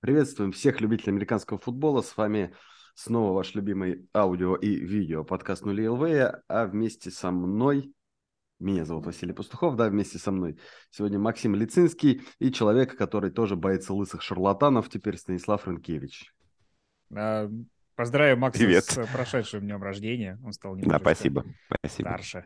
Приветствуем всех любителей американского футбола. С вами снова ваш любимый аудио и видео подкаст «Нули ЛВ», а вместе со мной, меня зовут Василий Пастухов, да, вместе со мной сегодня Максим Лицинский и человек, который тоже боится лысых шарлатанов, теперь Станислав Рынкевич. Поздравляю Макса Привет. с прошедшим днем рождения. Он стал Да, немножечко спасибо. старше.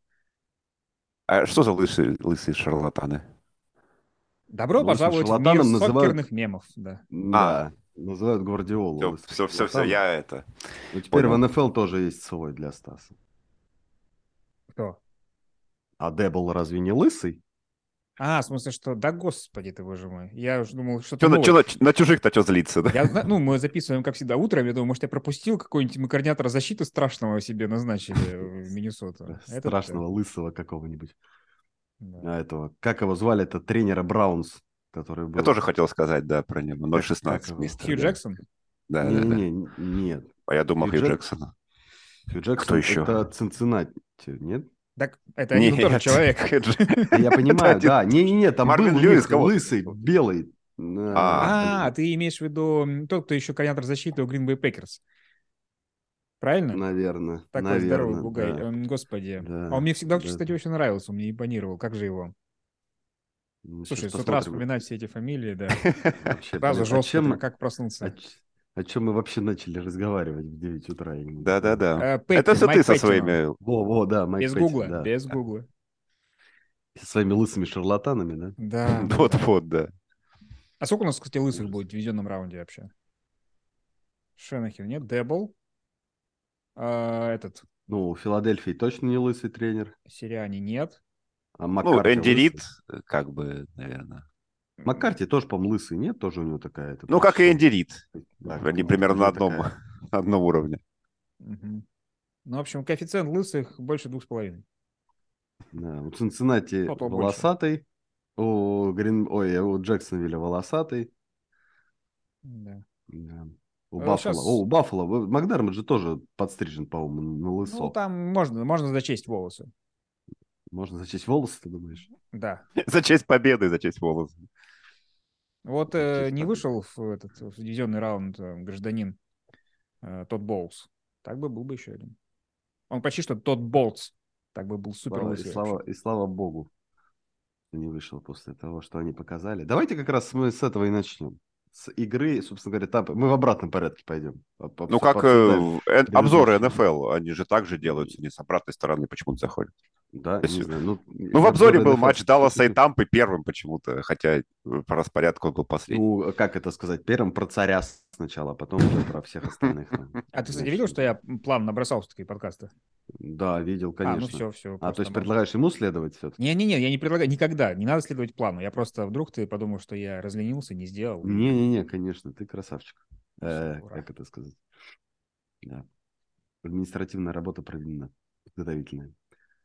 А что за лысые шарлатаны? Добро Ну, лысым пожаловать в мир шарлатаном называют, сокерных мемов. Да. да, называют Гвардиолу лысым Все, шарлатаном. я это Но теперь понял. в НФЛ тоже есть свой для Стаса. Кто? А Дебл разве не лысый? В смысле, что? Да, господи ты, боже мой. Я уже думал, что-то новое. На чужих-то что злиться, да? Мы записываем, как всегда, утром. Я думаю, может, я пропустил какой-нибудь координатора защиты страшного себе назначили в Миннесоту. Страшного лысого какого-нибудь. Да. Этого, как его звали, это тренера Браунс, который был. Я тоже хотел сказать, да, про него. Как 016 его? мистер. Хью Да. Джексон? Да. Нет. А я думал Хью Хью Джексона. Хью Джексон Кто еще? это Цинциннати, нет? Так, это один и тот же человек. Да я понимаю, да. Не, там Марвин был у Льюис, них кого? лысый, белый. Блин. Ты имеешь в виду тот, кто еще координатор защиты у Green Bay Packers. Правильно? Наверное, Такой здоровый да. бугай. Господи. Да, Он мне всегда, да. кстати, очень нравился. Он мне импонировал. Как же его? Слушай, Сейчас с утра посмотрим. вспоминать все эти фамилии, да. Вообще, Сразу блин, жестко, как проснуться. о чем мы вообще начали разговаривать в 9 утра? Я не могу понять. Да. Петтин, Это все ты Майк со Петтин. своими... Да, Майк Без Петтин, гугла, да. без гугла. Со своими лысыми шарлатанами, да? Да. Вот, да. А сколько у нас, кстати, лысых будет в дивизионном раунде вообще? Шенахил, нет? Дебл. Этот. Ну, у Филадельфии точно не лысый тренер. Сириани нет. А Ну, Маккарти Энди лысый. Рид, как бы, наверное. Маккарти тоже, по-моему, лысый, нет? Тоже у него такая... Ну, как и Энди Рид. Да, Они у примерно на такая. одном уровне. Ну, в общем, коэффициент лысых больше 2,5. Да, у Цинциннати Ну, то волосатый, у Джексонвилля волосатый. Да. Да. У Баффало. Макдермот же тоже подстрижен, по-моему, на лысо. Ну, там можно зачесть волосы. Можно зачесть волосы, ты думаешь? Да. За честь победы, за честь волоса. Вот Зачесть не победы. вышел в дивизионный раунд гражданин Тодд Боулс. Так бы был бы еще один. Он почти что Тодд Болтс. Так бы был супер лысый вообще. И слава богу, что не вышел после того, что они показали. Давайте как раз мы с этого и начнем. С игры, собственно говоря, там мы в обратном порядке пойдем. Ну, как обзоры НФЛ, они же так же делаются, не с обратной стороны почему-то заходят. Да, не знаю. Ну, в обзоре был матч НФЛ Далласа и Тампы первым почему-то, хотя по распорядку он был последним. Ну, как это сказать? Первым про царя сначала, а потом уже про всех остальных. А ты, кстати, видел, что я план набросал все-таки подкаста? Да, видел, конечно. Все. То есть предлагаешь ему следовать все-таки? Не-не-не, я не предлагаю никогда. Не надо следовать плану. Я просто вдруг ты подумал, что я разленился, не сделал. Не-не-не, конечно, ты красавчик. Ура. Как это сказать? Да. Административная работа проведена. Подготовительная.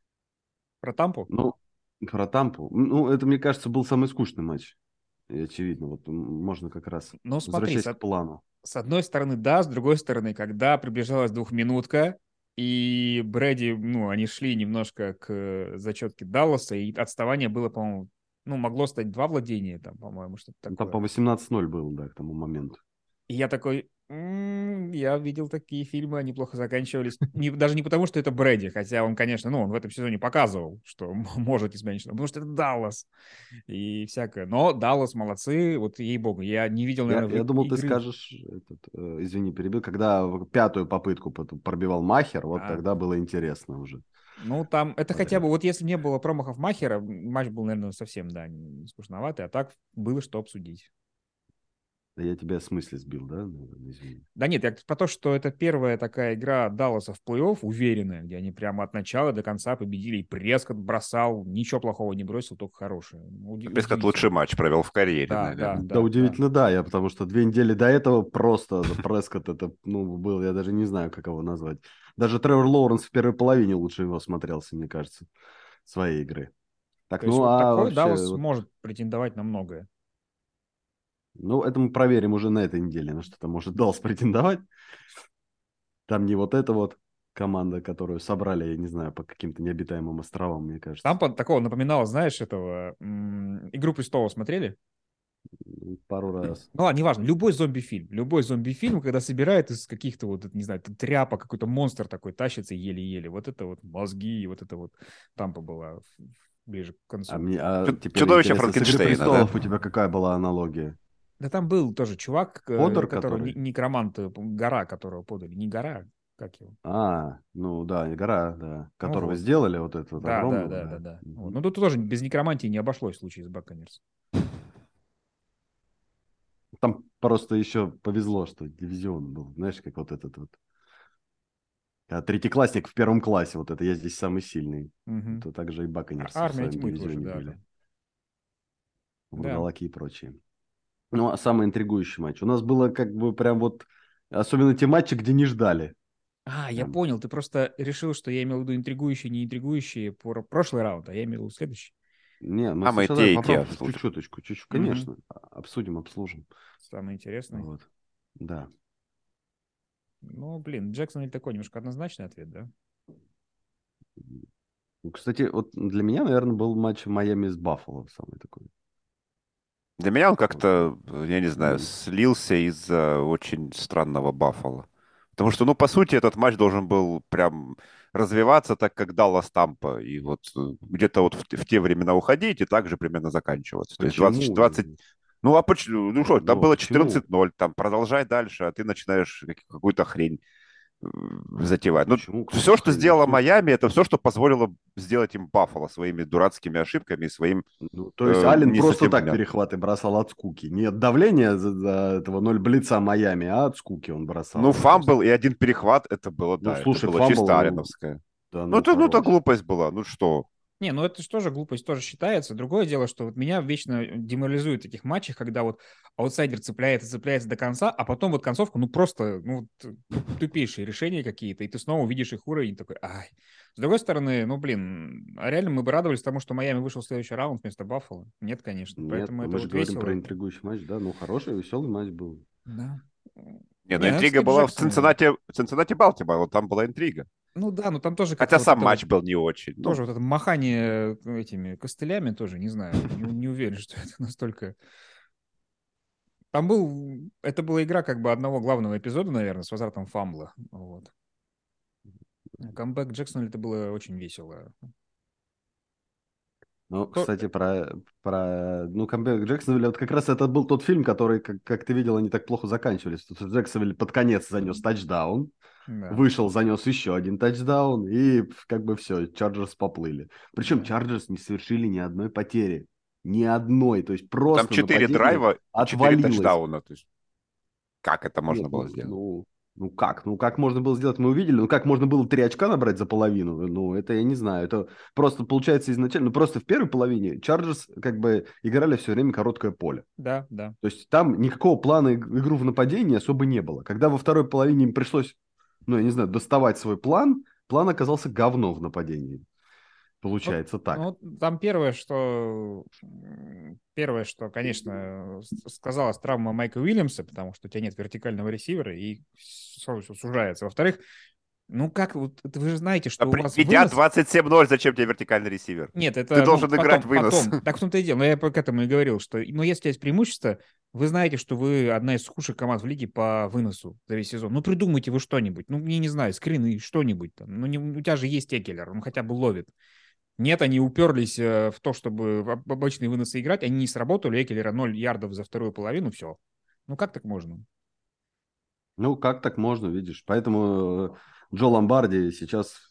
Про Тампу? Ну, про Тампу. Ну, это, мне кажется, был самый скучный матч. И очевидно, вот можно как раз Ну, смотри, возвращаясь к плану. с одной стороны, да, с другой стороны, когда приближалась двухминутка, и Брэди, они шли немножко к зачетке Далласа, и отставание было, по-моему, могло стать 2 владения, там, по-моему, что-то Там такое. по 18-0 было, да, к тому моменту. И я такой, я видел такие фильмы, они плохо заканчивались. Даже не потому, что это Брэди, хотя он, конечно, он в этом сезоне показывал, что может изменить, потому что это Даллас и всякое. Но Даллас молодцы, вот ей-богу, я не видел, наверное, Я думал, игры. ты скажешь, извини, перебил, когда пятую попытку пробивал Махер, вот тогда было интересно уже. Ну, там, это хотя бы, вот если не было промахов Махера, матч был, наверное, совсем, да, не скучноватый, а так было что обсудить. Да я тебя в смысле сбил, да? Извини. Да нет, я про то, что это первая такая игра Далласа в плей-офф, уверенная, где они прямо от начала до конца победили, и Прескотт бросал, ничего плохого не бросил, только хорошее. Прескотт лучший матч провел в карьере, наверное. Да, удивительно, да, потому что 2 недели до этого просто Прескотт, это, был, я даже не знаю, как его назвать. Даже Тревор Лоуренс в первой половине лучше его смотрелся, мне кажется, своей игры. Так, то есть вот такой вообще, Даллас может претендовать на многое. Ну, это мы проверим уже на этой неделе, на что-то может Даллас претендовать. Там не вот эта вот команда, которую собрали, я не знаю, по каким-то необитаемым островам, мне кажется. Там такого напоминало, знаешь, Игру престолов смотрели? пару раз. Ну ладно, неважно, любой зомби-фильм, когда собирают из каких-то вот, не знаю, тряпок, какой-то монстр такой тащится еле-еле. Вот это вот мозги, вот это вот Тампа была ближе к концу. Теперь Чудовище интересно, с «Игры Франкенштейна, да? престолов» у тебя какая была аналогия? Да там был тоже чувак, Ходор, которого который? некромант, гора, которого подали. Не гора, как его? Ну да, гора, да, Ну которого вот. сделали вот этого вот Да, да, огромного, да, да, да. да. Вот. Мгм. Ну тут тоже без некромантии не обошлось в случае с Баконерс. Там просто еще повезло, что дивизион был, знаешь, как вот этот вот. Третьеклассник в первом классе, вот это я здесь самый сильный. Мгм. То также и Баконерсы в Армия своем тьмы тоже, дивизионе да, были. там. Да. Вурдалаки и прочие. Ну, а самый интригующий матч. У нас было как бы прям вот, особенно те матчи, где не ждали. Я Прям. понял. Ты просто решил, что я имел в виду интригующие, не интригующие по прошлый раунд, а я имел в виду следующий. Не, мы А мы сейчас давай те и те попробуем обслужим. чуть-чуточку, чуть-чуть, Мгм. конечно, обсудим, обслужим. Самый интересный. Вот, да. Ну, блин, Джексон или такой немножко однозначный ответ, да? Ну, кстати, вот для меня, наверное, был матч Майами с Баффало самый такой. Для меня он Вот. как-то, я не знаю, М, слился из-за очень странного Баффала. Потому что, ну, по сути, этот матч должен был прям развиваться так, как Даллас Тампа. И вот где-то вот в те времена уходить и так же примерно заканчиваться. То есть Почему? 20. Ну, а почему? Ну что, там Ну, а было почему? 14-0, там продолжай дальше, а ты начинаешь какую-то хрень затевать. Ну, Почему какую-то все, что хрень? Ну, в сделала смысле? Майами, это все, что позволило сделать им Баффало своими дурацкими ошибками и своим Ну, то есть Аллен не просто совсем так понятным. перехваты бросал от скуки. Не от давления за этого ноль блица Майами, а от скуки он бросал Ну, его просто. фамбл и один перехват, это было, Ну, да, это слушай, было фамбл, чисто ну, ареновское. да Ну, ну, это хорош. глупость была, ну что? Не, ну это же тоже глупость, тоже считается. Другое дело, что вот меня вечно деморализует в таких матчах, когда вот аутсайдер цепляется, цепляется до конца, а потом вот концовка, ну просто, ну, тупейшие решения какие-то, и ты снова увидишь их уровень такой, ай. С другой стороны, ну, блин, а реально мы бы радовались тому, что Майами вышел в следующий раунд вместо Баффало? Нет, конечно. Нет, Поэтому ну это мы же вот говорим про весело. интригующий матч, да? Ну, хороший, веселый матч был. Да. Не, ну Не, надо интрига сказать, была в Джексон. Цинциннати Балтимор, вот там была интрига. Ну да, но там тоже Хотя как-то вот сам это матч вот, был не очень. Ну, тоже вот это махание этими костылями тоже, не знаю, не уверен, что это настолько... Там был, это была игра как бы одного главного эпизода, наверное, с возвратом фамбла. Вот. Камбэк Джексона это было очень весело. Ну, То- кстати, ну, камбэк Джексонвилля, вот как раз это был тот фильм, который, как ты видел, они так плохо заканчивались. Тут Джексонвиль под конец занес тачдаун, Да, вышел, занес еще один тачдаун, и как бы все, Чарджерс поплыли. Причем да. Чарджерс не совершили ни одной потери. Ни одной. То есть ну, там просто 4 нападение драйва и 4 отвалилось. тачдауна. То есть как это можно Нет, было сделать? ну как? Ну как можно было сделать, мы увидели. Ну как можно было 3 очка набрать за половину? Ну это я не знаю. Это просто получается изначально, ну просто в первой половине Чарджерс как бы играли все время короткое поле. Да, да. То есть там никакого плана игру в нападении особо не было. Когда во второй половине им пришлось, ну я не знаю, доставать свой план, план оказался говно в нападении. Ну, Получается так. ну, там первое, что, конечно, сказалась травма Майка Уильямса, потому что у тебя нет вертикального ресивера и сразу всё сужается. Во-вторых, ну как, вот, это вы же знаете, А что у вас ведя вынос... 27-0, зачем тебе вертикальный ресивер? Нет, Ты это, ну, должен играть потом, вынос. потом. Так в том-то и дело. Но я к этому и говорил, что, ну, если у тебя есть преимущество, вы знаете, что вы одна из худших команд в лиге по выносу за весь сезон. Ну, придумайте вы что-нибудь. Ну, я не знаю, скрины, что-нибудь там. Ну, у тебя же есть Экелер, он хотя бы ловит. Нет, они уперлись в то, чтобы в обычные выносы играть. Они не сработали. Экелера 0 ярдов за вторую половину. Все. Ну, как так можно? Ну как так можно, видишь? Поэтому Джо Ломбарди сейчас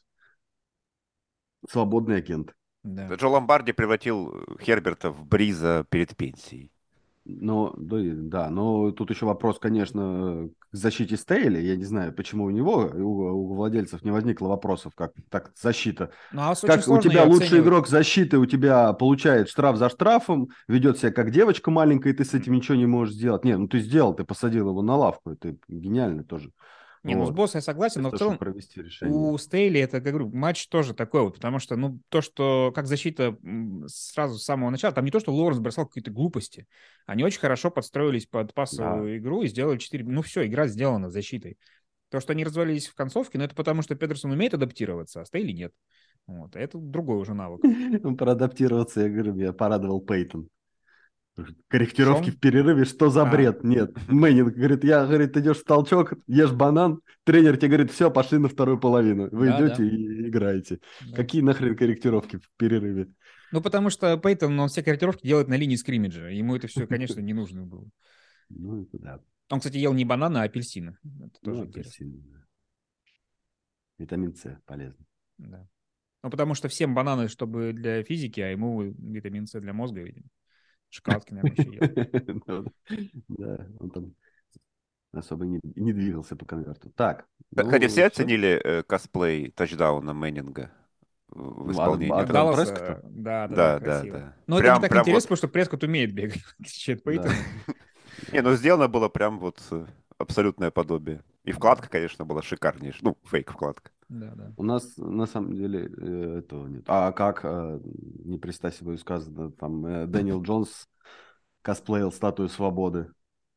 свободный агент. Да. Джо Ломбарди превратил Херберта в Бриза перед пенсией. Ну, да, да, но тут еще вопрос, конечно, к защите Стейли. Я не знаю, почему у него, у владельцев не возникло вопросов, как так защита. Ну, а очень Как у сложно тебя ее лучший оценивать. игрок защиты, у тебя получает штраф за штрафом, ведет себя как девочка маленькая, и ты с этим ничего не можешь сделать. Не, ну ты сделал, ты посадил его на лавку, это гениально тоже. Не, ну с Вот. боссом я согласен, но в Просто, чтобы целом провести решение. у Стейли это, как говорю, матч тоже такой вот, потому что, ну, то, что как защита сразу с самого начала, там не то, что Лоуренс бросал какие-то глупости, они очень хорошо подстроились под Да. пассовую игру и сделали 4, ну все, игра сделана защитой. То, что они развалились в концовке, ну это потому, что Педерсон умеет адаптироваться, а Стейли нет. Вот, а это другой уже навык. Проадаптироваться, я говорю, меня порадовал Пейтон. Корректировки Шон? в перерыве, что за А. бред? Нет. Мэннинг говорит, говорит, идешь в толчок, ешь банан, тренер тебе говорит, все, пошли на вторую половину. Вы Да, идете да. и играете. Да. Какие нахрен корректировки в перерыве? Ну, потому что Пейтон, он все корректировки делает на линии скриммиджа. Ему это все, конечно, не нужно было. Ну, это да. Он, кстати, ел не бананы, а апельсины. Это Ну, тоже интересно. апельсин. Да. Витамин С полезно. Да. Ну, потому что всем бананы, чтобы для физики, а ему витамин С для мозга, видимо. Шоколадки, наверное, еще ел. Ну, да, он там особо не двигался по конверту. Так, Хотя ну, все все. оценили косплей тачдауна Мэннинга в исполнении От От Рональда? Прескотта? Далласа, да, Да, да, красиво. да. Но это не так Прям интересно, вот. потому что Прескотт умеет бегать, в отличие от Да. Пейтона. Не, ну сделано было прям вот абсолютное подобие. И Да, вкладка, конечно, была шикарнейшая. Ну, фейк-вкладка. да, да. У нас на самом деле этого нет. А как, не представь себе сказано, там Дэниел Джонс косплеил статую свободы.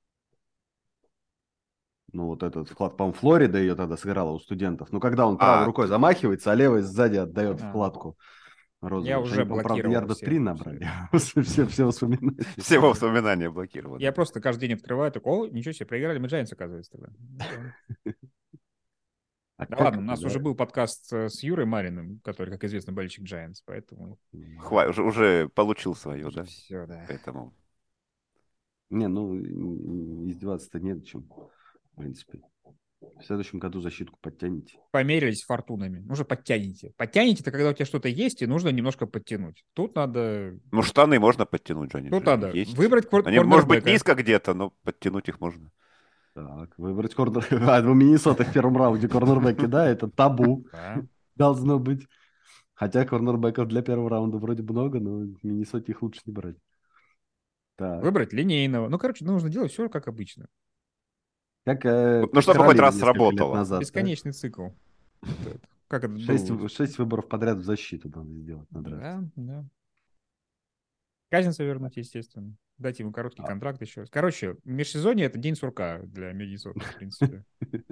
Ну, вот этот вклад, по-моему, Флорида ее тогда сыграла у студентов. Ну, когда он правой рукой замахивается, а левой сзади отдает А. вкладку Я розовую. уже Они, по-моему, правда, блокировал ярда 3 все. набрали. Все воспоминания. Всего воспоминания блокированы. Я просто каждый день открываю, такой, о, ничего себе, проиграли мы Giants, оказывается, тогда. Ну, да. А Да как ладно, у это, нас да? уже был подкаст с Юрой Мариным, который, как известно, болельщик Giants, поэтому Уже получил свое, да? все, да. Поэтому. Не, ну, издеваться-то не о чем, в принципе. В следующем году защитку подтяните. Померились фортунами. Уже подтяните. Подтяните-то, когда у тебя что-то есть, и нужно немножко подтянуть. Тут надо... Ну, штаны можно подтянуть, они Тут же надо есть. выбрать Они, может быть, корнербека. низко где-то, но подтянуть их можно. Так, выбрать корнер... А, у Миннесоты в первом раунде корнербеки, да, это табу Да. должно быть. Хотя корнербеков для первого раунда вроде много, но в Миннесоте их лучше не брать. Так, Выбрать линейного. Ну, короче, нужно делать все как обычно. как, Ну, как чтобы хоть Каролина раз несколько лет сработало. назад, да? Бесконечный цикл. Вот это. Как это было? 6 выборов подряд в защиту надо сделать на драфте. Да, да. Казинца вернуть, естественно. Дать ему короткий контракт еще. Короче, межсезонье — это день сурка для Миннесоты, в принципе.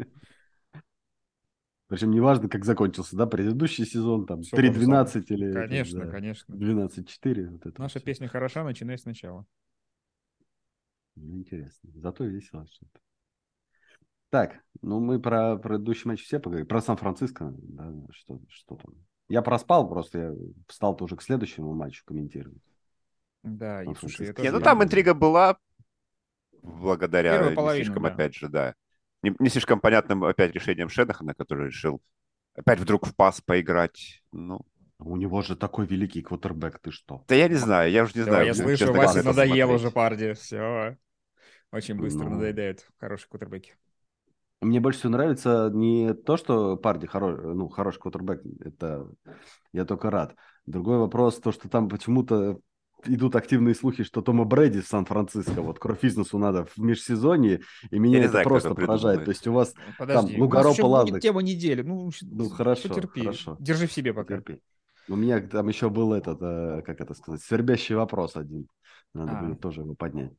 Причем неважно, как закончился, да, предыдущий сезон, там, Всё то же самое. 3-12 или Конечно, да, конечно. 12-4. Вот это Наша всё. песня хороша, начинай сначала. Ну, интересно. Зато весело что-то. Так, ну мы про предыдущий матч все поговорили. Про Сан-Франциско, да, что там. Я проспал, просто я встал тоже к следующему матчу комментировать. Да, и слушай, я Сан-Франциско Не, тоже ну Сиэтл. там там интрига была, первую благодаря не половину, слишком, да. опять же, да. Не слишком понятным опять решением Шенахана, который решил опять вдруг в пас поиграть. Ну, У него же такой великий квотербек, ты что? да я не знаю, я уже не Все, знаю, я мне, слышу, честно говоря, Васе это надоело смотреть. уже парди. Все. Очень быстро Ну, надоедает хорошие кутербеки. мне больше всего нравится не то, что Парди хороший квотербек, это я только рад. Другой вопрос, то, что там почему-то идут активные слухи, что Тома Брэди в Сан-Франциско, вот кровь бизнесу надо в межсезонье, и меня Я не это знаю, как просто он поражает. придумывает. То есть у вас там, Подожди, ну, у нас еще Гарополо, будет ладно, тема недели. Ну, ну, хорошо, потерпи. хорошо. Держи в себе пока. Потерпи. У меня там еще был этот, как это сказать, свербящий вопрос один. Надо А, будет тоже его поднять.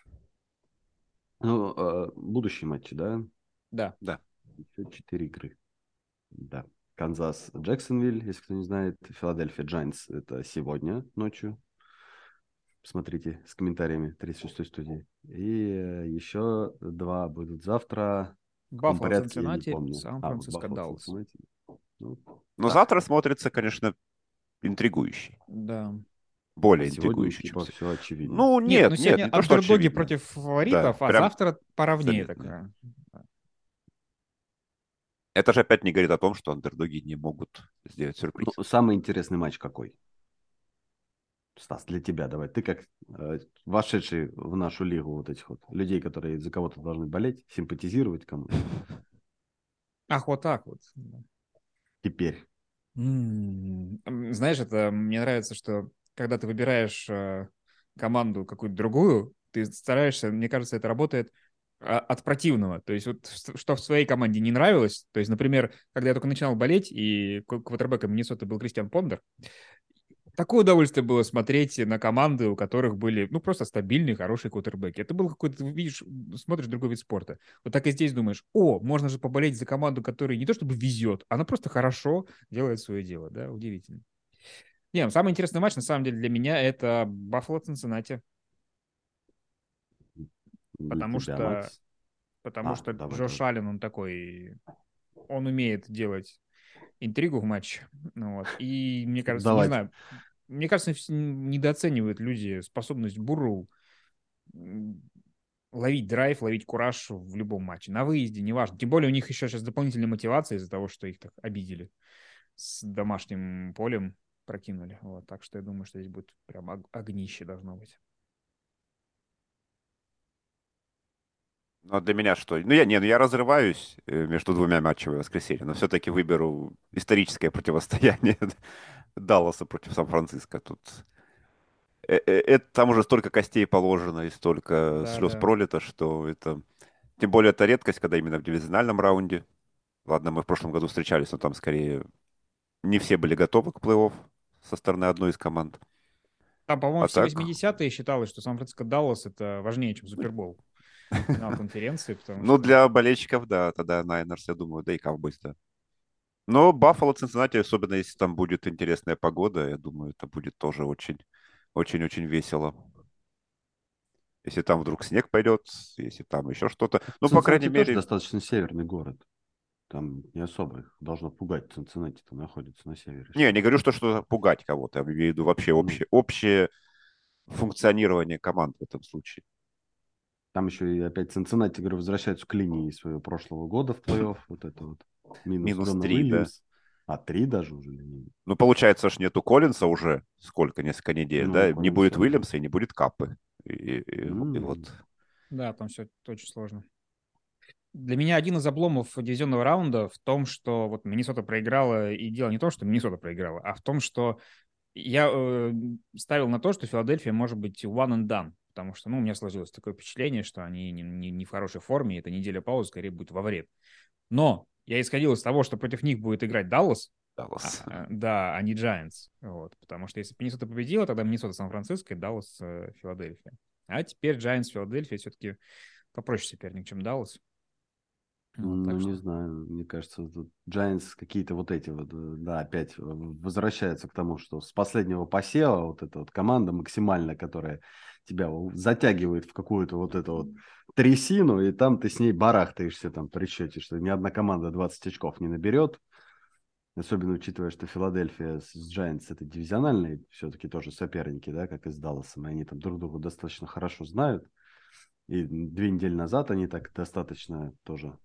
Ну, будущие матчи, да? да. Да. Еще 4 игры. Да. Канзас, Джексонвиль, если кто не знает. Филадельфия, Джайнс. Это сегодня ночью. Смотрите с комментариями 36-й студии. И еще 2 будут завтра. В каком Баффало, порядке, я не Цинциннати, помню. Сан-Франциско, Баффало, Даллас. Цинциннати. Ну, Но так. завтра смотрится, конечно, интригующий. Да. Более Сегодня, интригующий, чем типа, все очевидно. Ну, Нет, ну нет, сегодня не то, что андердоги очевидно. против фаворитов, Да, а прям завтра поровнее заметно. такая. Это же опять не говорит о том, что андердоги не могут сделать сюрприз. Ну, самый интересный матч какой? Стас, для тебя давай. Ты как вошедший в нашу лигу вот этих вот людей, которые за кого-то должны болеть, симпатизировать кому-то. Ах, вот так вот. Теперь. Знаешь, это мне нравится, что когда ты выбираешь команду какую-то другую, ты стараешься, мне кажется, это работает от противного. То есть вот что в своей команде не нравилось, то есть, например, когда я только начинал болеть, и квотербеком Миннесоты был Кристиан Пондер, такое удовольствие было смотреть на команды, у которых были, ну, просто стабильные, хорошие квотербеки. Это был какой-то, ты видишь, смотришь другой вид спорта. Вот так и здесь думаешь, можно же поболеть за команду, которая не то чтобы везет, она просто хорошо делает свое дело, да, удивительно. Не, самый интересный матч, на самом деле, для меня это Баффало-Цинциннати. Для Потому тебя, что, Макс. потому что Давай, Джош давай. Аллен, он такой, он умеет делать интригу в матче. Ну вот. И мне кажется, не Давайте. знаю, мне кажется, недооценивают люди способность Бурроу ловить драйв, ловить кураж в любом матче. На выезде, неважно. Тем более у них еще сейчас дополнительная мотивация из-за того, что их так обидели с домашним полем прокинули. Вот, так что я думаю, что здесь будет прям огнище должно быть. Ну, а для меня что? Ну, я разрываюсь между двумя матчами в воскресенье, но все-таки выберу историческое противостояние Далласа против Сан-Франциско. Там уже столько костей положено и столько Да, слез да. пролито, что это... Тем более это редкость, когда именно в дивизиональном раунде. Ладно, мы в прошлом году встречались, но там скорее не все были готовы к плей-офф со стороны одной из команд. Там, по-моему, А все так, 80-е считалось, что Сан-Франциско Даллас это важнее, чем Супербол. Финал конференции, потому ну, что... для болельщиков, да, тогда Найнерс, я думаю, да и Cowboys, да. Но Баффало, Цинциннати, особенно если там будет интересная погода, я думаю, это будет тоже очень-очень весело. Если там вдруг снег пойдет, если там еще что-то. Ну, по крайней Цинциннати тоже мере, достаточно северный город. Там не особо их должно пугать. Цинциннати-то находится на севере. не, я не говорю, что пугать кого-то. Я имею в виду вообще Ну, общее функционирование команд в этом случае. там еще и опять Цинциннати, говорю, возвращаются к линии своего прошлого года в плей-офф. Вот это вот. Минус Минус Джона 3, да. Уильямс. А 3 даже уже линии. Ну, получается, аж нету Коллинса уже сколько, несколько недель, Ну, да? Не будет Коллинса, да. Уильямса и не будет Каппы. И М, вот. Да, там все очень сложно. Для меня один из обломов дивизионного раунда в том, что вот Миннесота проиграла, и дело не в том, что Миннесота проиграла, а в том, что я ставил на то, что Филадельфия может быть one and done, потому что, ну, у меня сложилось такое впечатление, что они не в хорошей форме, и эта неделя паузы скорее будет во вред. Но я исходил из того, что против них будет играть Даллас, Даллас. да, а не Giants, вот, потому что если бы Миннесота победила, тогда Миннесота Сан-Франциско и Даллас Филадельфия. А теперь Giants Филадельфия все-таки попроще соперник, чем Даллас. Вот, Ну, так не что... знаю. Мне кажется, тут Giants какие-то вот эти вот, да, опять возвращаются к тому, что с последнего посева вот эта вот команда максимально, которая тебя затягивает в какую-то вот эту вот трясину, и там ты с ней барахтаешься там при счете, что ни одна команда 20 очков не наберет. Особенно учитывая, что Филадельфия с Giants это дивизиональные все-таки тоже соперники, да, как и с Далласом, и они там друг друга достаточно хорошо знают. И 2 недели назад они так достаточно тоже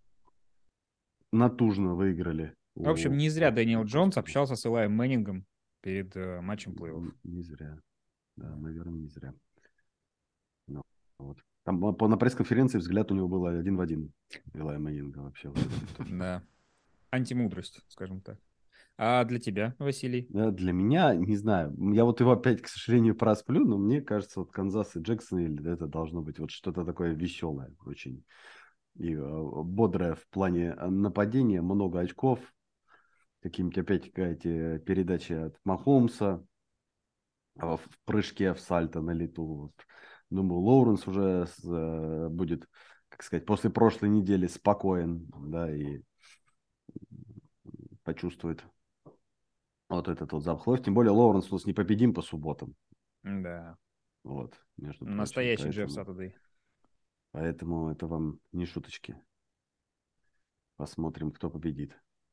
натужно выиграли В общем, у не зря Дэниел Джонс Господи, общался с Элаем Мэннингом перед матчем плей-офф. не зря. Да, наверное, не зря. Ну, вот. Там на пресс-конференции взгляд у него был один в один. Илая Мэннинга вообще. Вот это вот тоже. Да, антимудрость, скажем так. А для тебя, Василий? Да, для меня, не знаю, я вот его опять, к сожалению, просплю, но мне кажется, вот Канзас и Джексон, это должно быть вот что-то такое веселое очень. И бодрое в плане нападения, много очков. Какие-нибудь опять какая-то передача от Махомса, в прыжке, в сальто на лету. Вот. Думаю, Лоуренс уже будет, как сказать, после прошлой недели спокоен, да, и почувствует вот этот вот запах лови. Тем более Лоуренс у нас непобедим по субботам. Да, Вот, между прочим. настоящий Джефф Саттerdей. Поэтому это вам не шуточки. Посмотрим, кто победит.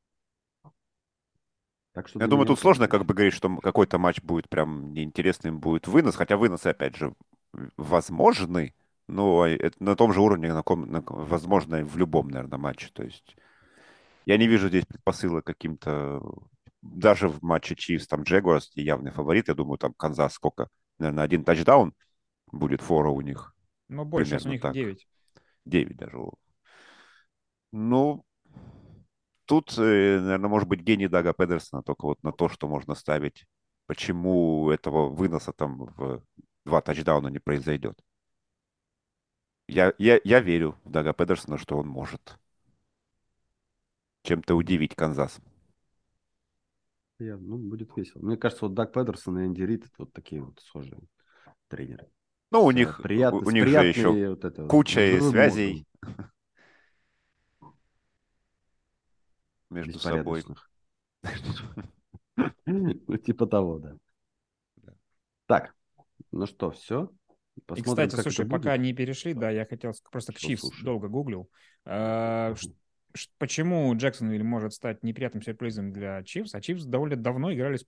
Так что Я для думаю, меня тут вот это сложно как больше. бы говорить, что какой-то матч будет прям неинтересным, будет вынос, хотя выносы, опять же, возможны, но это на том же уровне, возможно, в любом, наверное, матче. То есть я не вижу здесь предпосылок каким-то, даже в матче Chiefs, там, Джегуарс, явный фаворит, я думаю, там, Канзас сколько, наверное, один тачдаун будет фора у них, Но больше, сейчас у примерно них так, 9. 9 даже. Ну, тут, наверное, может быть гений Дага Педерсона только вот на то, что можно ставить. Почему этого выноса там в 2 тачдауна не произойдет. Я верю в Дага Педерсона, что он может чем-то удивить Канзас. Ну, будет весело. Мне кажется, вот Даг Педерсон и Энди Рид это вот такие вот схожие тренеры. Ну, у С них же еще приятной вот это вот, с куча живым связей мозгом между собой. беспорядочных. Ну, типа того, да. Так, ну что, все? И, Посмотрим, кстати, как слушай, это пока будет. не перешли, да, я хотел просто к Что Чивс слушай? долго гуглил. Почему Джексонвилл может стать неприятным сюрпризом для Чивс? А Чивс довольно давно играли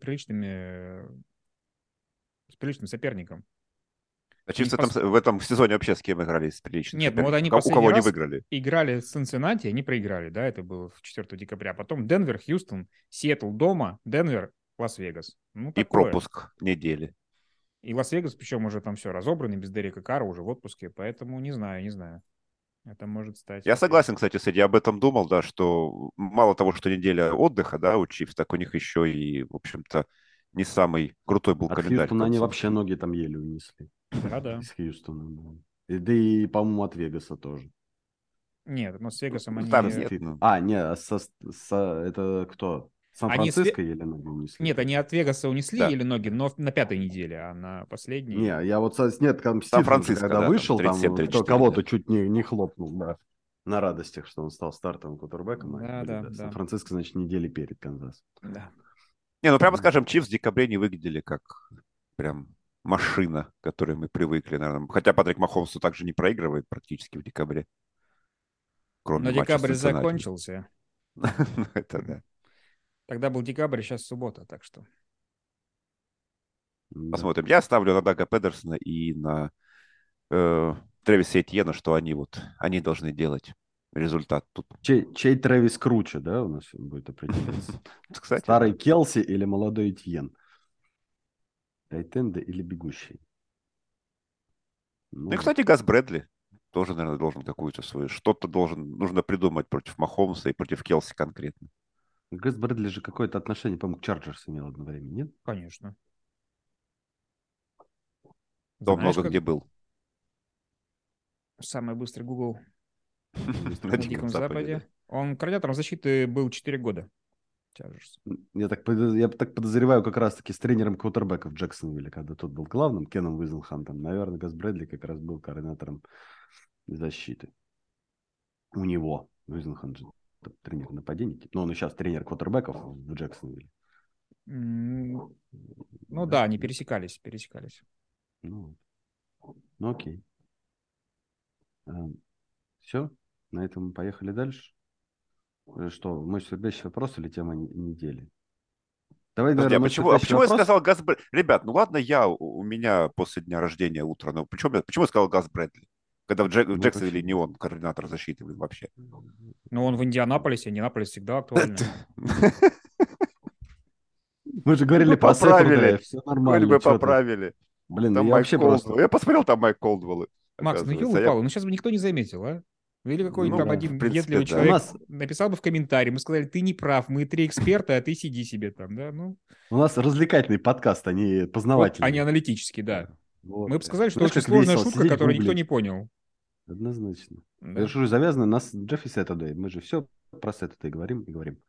с приличным соперником. А И Чивс в этом сезоне вообще с кем играли с приличным Нет, ну вот соперником? они У последний кого не раз выиграли? играли с Цинциннати, они проиграли, да, это было 4 декабря. Потом Денвер, Хьюстон, Сиэтл дома, Денвер, Лас-Вегас. Ну, И такое. пропуск недели. И Лас-Вегас, причем уже там все разобраны, без Дерека Карра, уже в отпуске, поэтому не знаю. Это может стать Я таким. согласен, кстати, с этим. Я об этом думал, да, что мало того, что неделя отдыха, да, у Чивс, так у них еще и, в общем-то, не самый крутой был От календарь к Хьюстона они концу. вообще ноги там еле унесли. Да-да. Из Хьюстона. Да и, по-моему, от Вегаса тоже. Нет, но с Вегасом Ну, там они... нет, ну. Не, это кто? Они Сан-Франциско еле ноги унесли Нет, они тоже. от Вегаса унесли Да. еле ноги, но на 5-й неделе, а на последней... Не, я вот нет, там Стидхам же, Сан-Франциско, когда да, там вышел, там 37-34, кого-то да. чуть не хлопнул, да, на радостях, что он стал стартовым квотербеком, а это Да, были, да, да, да, Сан-Франциско, значит, недели перед Канзасом. да. Не, ну прямо Ну, скажем, Чивс в декабре не выглядели как прям машина, к которой мы привыкли, наверное. Хотя Патрик Махомсу также не проигрывает практически в декабре, кроме Но матча с декабрь Цинциннати. закончился. Ну, это да. Тогда был декабрь, сейчас суббота, так что... да. Посмотрим. Я ставлю на Дага Педерсона и на Трэвиса Этьена, что они должны делать результат тут. Чей Трэвис круче, да, у нас будет определяться? Кстати, Старый да. Келси или молодой Этьен? Тайтенда или бегущий? Ну и, Ну, кстати, Газ Брэдли тоже, наверное, должен какую-то свою... Нужно придумать против Махомса и против Келси конкретно. Гэс Брэдли же какое-то отношение, по-моему, к Чарджерс имел одно время, нет? Конечно. Кто Знаешь, много как где был. самый быстрый Google На на Диком Диком Западе, да. Западе? Он координатором защиты был 4 года. Chargers. Я так подозреваю, как раз-таки с тренером квотербека в Джексонвилле, когда тот был главным, Кеном Уизенхантом. Наверное, Гас Брэдли как раз был координатором защиты. У него. Уизенхант же тренер нападений. Но он и сейчас тренер квотербеков в Джексонвилле. Ну Да? да, они пересекались. Ну, ну окей. Все, на этом поехали дальше. Что, мой свербящий вопрос или тема недели? Давай, Подожди, наверное, а мой почему свербящий я вопрос. сказал Газ Брэдли? Ребят, ну ладно, у меня после дня рождения утро, но почему я сказал Газ Брэдли? Когда в Ну, Джексонвилле почему? не он координатор защиты вообще. Но он в Индианаполисе, Индианаполис всегда актуальный. Мы же Хоть говорили бы про поправили. Сэтердэй, все Хоть нормально, бы что ты. поправили. Блин, ну Там я Майк вообще просто... Колдвелл. Я посмотрел, там Майк Колдвелл, Макс, ну оказывается. А я, елы-палы, ну сейчас бы никто не заметил, а? Ну или какой-нибудь Ну там да. в один принципе, въедливый У да. человек нас, написал бы в комментарии, мы сказали, ты не прав, мы 3 эксперта, а ты сиди себе там, да? Ну, у нас развлекательный подкаст, а не вот они познавательный. аналитически, да. Вот. Мы бы сказали, что Знаешь, очень как сложная весело шутка, сидеть которую никто не гуглить. понял. Однозначно. Я Да. же уже завязано, нас Джеффи Сэтердэй. Мы же все про Сэтердэй говорим и говорим.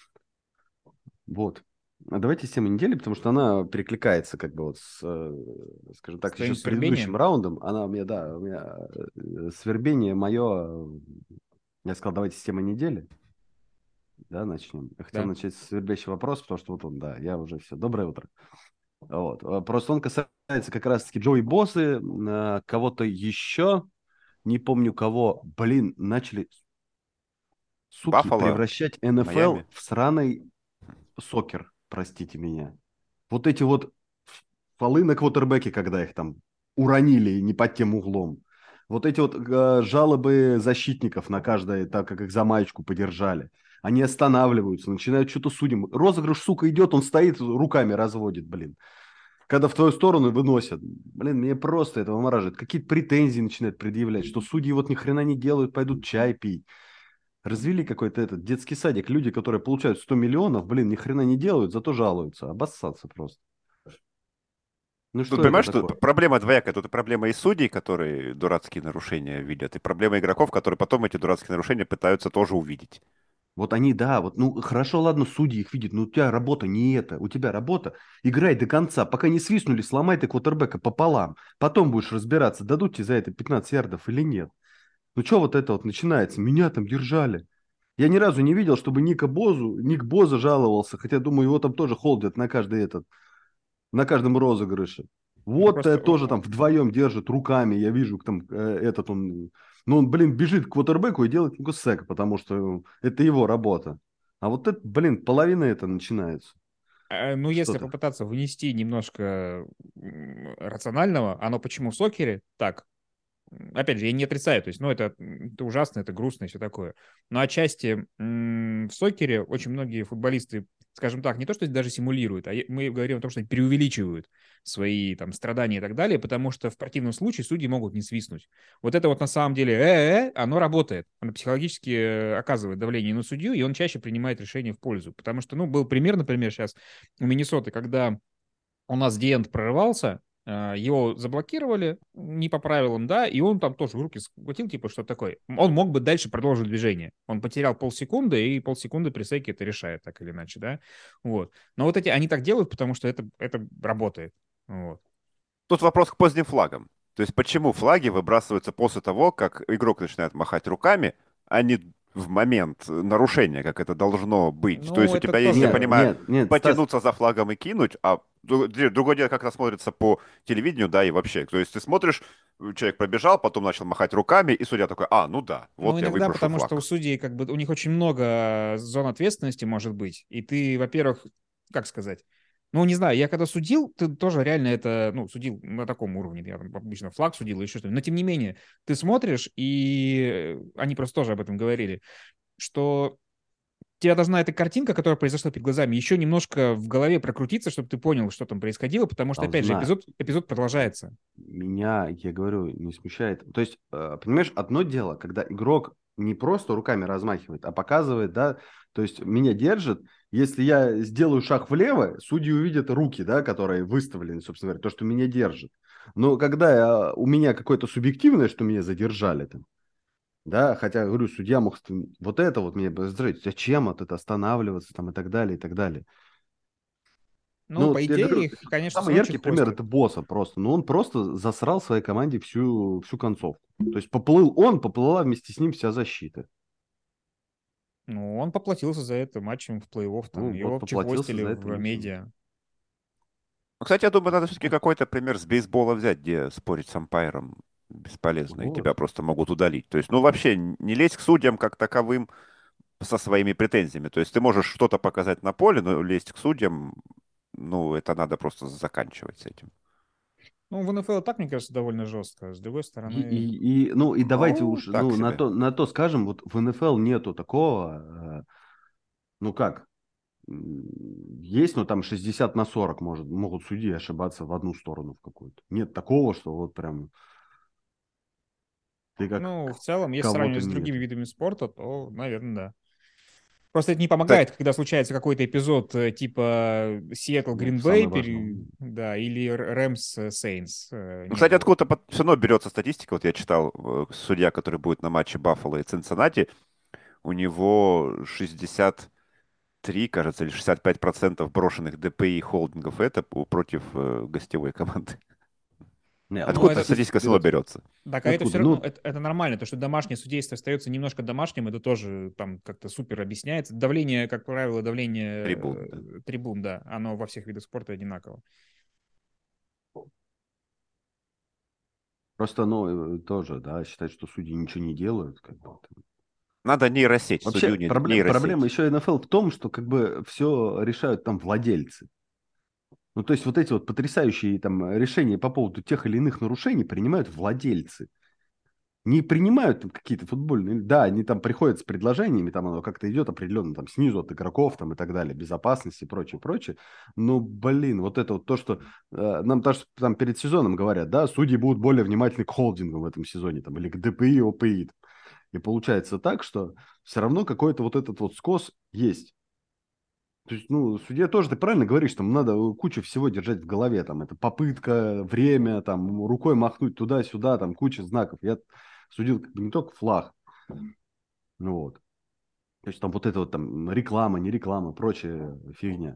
Вот. А давайте с темой недели, потому что она перекликается как бы вот с, скажем С так, еще твоим с предыдущим свербением. раундом. Она у меня свербение мое. Я сказал, давайте с темы недели. Да, начнем. Я хотел Да. начать с свербящего вопроса, потому что вот он, да, я уже все. Доброе утро. Вот. Просто он касается как раз-таки Джоуи Боссы, кого-то еще, не помню кого, блин, начали, суки, Баффало, превращать НФЛ Майами. в сраный сокер, простите меня. Вот эти вот фолы на квотербеке, когда их там уронили не под тем углом. Вот эти вот жалобы защитников на каждое, так как их за маечку подержали. Они останавливаются, начинают что-то судим. Розыгрыш, сука, идет, он стоит, руками разводит, блин. Когда в твою сторону выносят. Блин, мне просто это вымораживает. Какие-то претензии начинают предъявлять, что судьи вот ни хрена не делают, пойдут чай пить. Развели какой-то этот детский садик. Люди, которые получают 100 миллионов, блин, ни хрена не делают, зато жалуются. Обоссаться просто. Ну Тут что это понимаешь, что такое? проблема двоякая. Тут и проблема и судей, которые дурацкие нарушения видят, и проблема игроков, которые потом эти дурацкие нарушения пытаются тоже увидеть. Вот они, да, вот, ну, хорошо, ладно, судьи их видят, но у тебя работа не это. У тебя работа, играй до конца, пока не свистнули, сломай ты квотербека пополам. Потом будешь разбираться, дадут тебе за это 15 ярдов или нет. Ну, что вот это вот начинается? Меня там держали. Я ни разу не видел, чтобы Ник Боза жаловался, хотя, думаю, его там тоже холдят на каждый на каждом розыгрыше. Вот Просто тоже там вдвоем держит руками, я вижу, там этот он, ну он, блин, бежит к квотербеку и делает ему сэк, потому что это его работа. А вот это, блин, половина это начинается. ну, если Что-то. попытаться внести немножко рационального, оно почему в сокере так? Опять же, я не отрицаю, то есть, ну, это ужасно, это грустно и все такое. Но отчасти в сокере очень многие футболисты, скажем так, не то, что даже симулируют, мы говорим о том, что они преувеличивают свои там страдания и так далее, потому что в противном случае судьи могут не свистнуть. Вот это вот на самом деле оно работает. Оно психологически оказывает давление на судью, и он чаще принимает решение в пользу. Потому что, ну, был пример, например, сейчас у Миннесоты, когда у нас Диент прорывался, его заблокировали не по правилам, да, и он там тоже в руки схватил, типа, что такое. Он мог бы дальше продолжить движение. Он потерял полсекунды, и полсекунды при сейке это решает, так или иначе, да. Вот. Но вот они так делают, потому что это работает. Вот. Тут вопрос к поздним флагам. То есть почему флаги выбрасываются после того, как игрок начинает махать руками, а не в момент нарушения, как это должно быть. То есть Ну, у это тебя есть, я тоже... Нет, понимаю, нет, нет, Стас, потянуться за флагом и кинуть, а другое дело, как это смотрится по телевидению, да, и вообще. То есть ты смотришь, человек пробежал, потом начал махать руками, и судья такой, ну да, Ну, вот я иногда выброшу потому что у флаг. судей, как бы, у них очень много зон ответственности может быть. И ты, во-первых, как сказать, ну, не знаю, я когда судил, ты тоже реально это, ну, судил на таком уровне. Я там обычно флаг судил или еще что-нибудь. Но, тем не менее, ты смотришь, и они просто тоже об этом говорили, что у тебя должна эта картинка, которая произошла перед глазами, еще немножко в голове прокрутиться, чтобы ты понял, что там происходило, потому что, опять же, должна. эпизод продолжается. Меня, я говорю, не смущает. То есть, понимаешь, одно дело, когда игрок не просто руками размахивает, а показывает, да, то есть меня держит, если я сделаю шаг влево, судьи увидят руки, да, которые выставлены, собственно говоря, то, что меня держит. Но когда у меня какое-то субъективное, что меня задержали там, да, хотя, говорю, судья мог вот это вот мне раздражать, зачем вот это останавливаться там и так далее, и так далее. Ну, Ну, по вот я говорю, идее, их, конечно, все самый равно яркий пример чехвостят. это Босса просто. Но он просто засрал своей команде всю концовку. То есть поплыл он, поплыла вместе с ним вся защита. Ну, он поплатился за это матчем в плей-офф, там, Ну, вот его поплатился чехвостили за это в матчем. медиа. Ну, кстати, я думаю, надо все-таки какой-то пример с бейсбола взять, где спорить с ампайром бесполезно, и тебя Вот. просто могут удалить. То есть, ну, вообще, не лезь к судьям как таковым со своими претензиями. То есть ты можешь что-то показать на поле, но лезть к судьям, ну, это надо просто заканчивать с этим. Ну, в НФЛ так, мне кажется, довольно жестко. С другой стороны, Ну, и давайте Ну, уж, так ну, себе. на то скажем, вот в НФЛ нету такого, ну как, есть, но там 60-40 могут судьи ошибаться в одну сторону в какую-то. Нет такого, что вот прям ты как ну, в целом, если кого-то сравнивать с другими нет. видами спорта, то, наверное, да. Просто это не помогает, Кстати, когда случается какой-то эпизод типа Сиэтл Ну, Грин Бэй, самое важное. да, или Рэмс Сейнс. ну, Не кстати, было. откуда-то все равно берется статистика. Вот я читал, судья, который будет на матче Баффало и Цинциннати, у него 63, кажется, или 65% брошенных ДПИ холдингов это против гостевой команды. Не, ну Ну, Откуда вот это, статистика статистика снова берется. берется? так, а это все Откуда? равно, Ну, это нормально, то, что домашнее судейство остается немножко домашним, это тоже там как-то супер объясняется. Давление, как правило, давление Трибун, да. трибун, да, оно во всех видах спорта одинаково. просто, ну, тоже, да, считать, что судьи ничего не делают, как бы. Надо нейросеть, Вообще, судью проблема нейросеть. еще НФЛ в том, что как бы все решают там владельцы. Ну, то есть вот эти вот потрясающие там решения по поводу тех или иных нарушений принимают владельцы. Не принимают там какие-то футбольные, да, они там приходят с предложениями, там оно как-то идет определенно там снизу от игроков там и так далее, безопасности и прочее, прочее. Но, блин, вот это вот то, что нам даже там перед сезоном говорят, да, судьи будут более внимательны к холдингу в этом сезоне, там, или к ДПИ, ОПИ. И получается так, что все равно какой-то вот этот вот скос есть. То есть, ну, судья тоже, ты правильно говоришь, там надо кучу всего держать в голове, там, это попытка, время, там, рукой махнуть туда-сюда, там, куча знаков. Я судил как бы не только флаг, ну вот. То есть там вот это вот там реклама, не реклама, прочая фигня.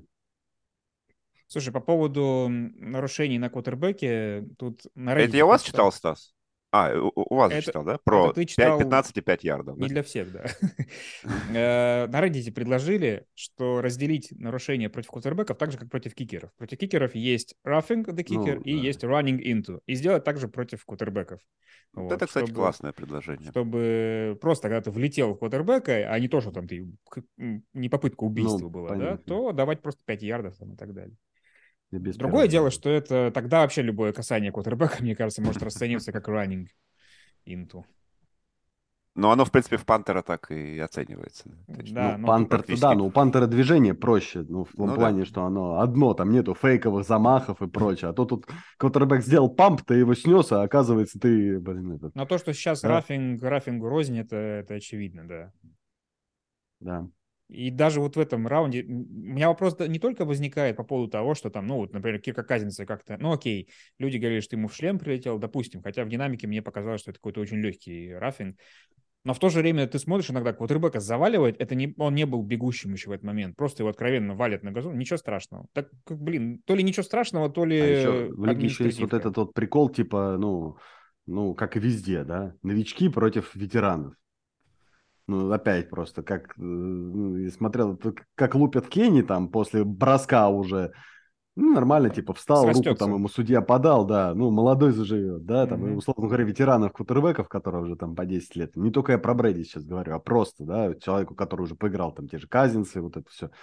Слушай, по поводу нарушений на квотербеке, тут на Это Reddit я у вас прочитал. читал, Стас? У вас же Это, читал, да? это Про ты читал 15 и 5 ярдов, не да? для всех, да. На Reddit предложили, что разделить нарушения против квотербеков так же, как против кикеров. Против кикеров есть roughing the kicker Ну, и да. есть running into. И сделать так же против квотербеков. Вот Вот, это, кстати, классное предложение. чтобы просто, когда ты влетел в квотербека, а не то, что там ты не попытка убийства Ну, была, да, понятно. то давать просто 5 ярдов там, и так далее. И без Другое первого дело, дауна. что это тогда вообще любое касание квотербека, мне кажется, может расцениваться как running into. Но оно, в принципе, в Пантера так и оценивается. То есть, Да, ну, ну, Пантер-то да, практически. но у Пантера движение проще, ну, в том Ну да. плане, что оно одно, там нету фейковых замахов и прочее. А то тут квотербек сделал памп, ты его снес, а оказывается ты, блин, этот, но то, что сейчас да, рафингу рознь, это очевидно, да. да. И даже вот в этом раунде у меня вопрос не только возникает по поводу того, что там, ну вот, например, Кирка Казинца как-то, ну окей, люди говорили, что ему в шлем прилетел, допустим, хотя в динамике мне показалось, что это какой-то очень легкий рафинг. Но в то же время ты смотришь иногда, квотербека заваливает, это не, он не был бегущим еще в этот момент, просто его откровенно валят на газон, ничего страшного. Так, блин, то ли ничего страшного, то А еще ли в лиге еще есть вот административка. этот вот прикол, типа, ну, как и везде, да, новички против ветеранов. Ну, опять просто, как, ну, я смотрел, как лупят Кенни там после броска уже. Ну, нормально, типа, встал, руку там Срастется. ему судья подал, да, ну, молодой заживет, да, там, и, Мгм. условно говоря, ветеранов квотербеков, которые уже там по 10 лет. Не только я про Брэди сейчас говорю, а просто, да, человеку, который уже поиграл, там, те же Казинцы, вот это все.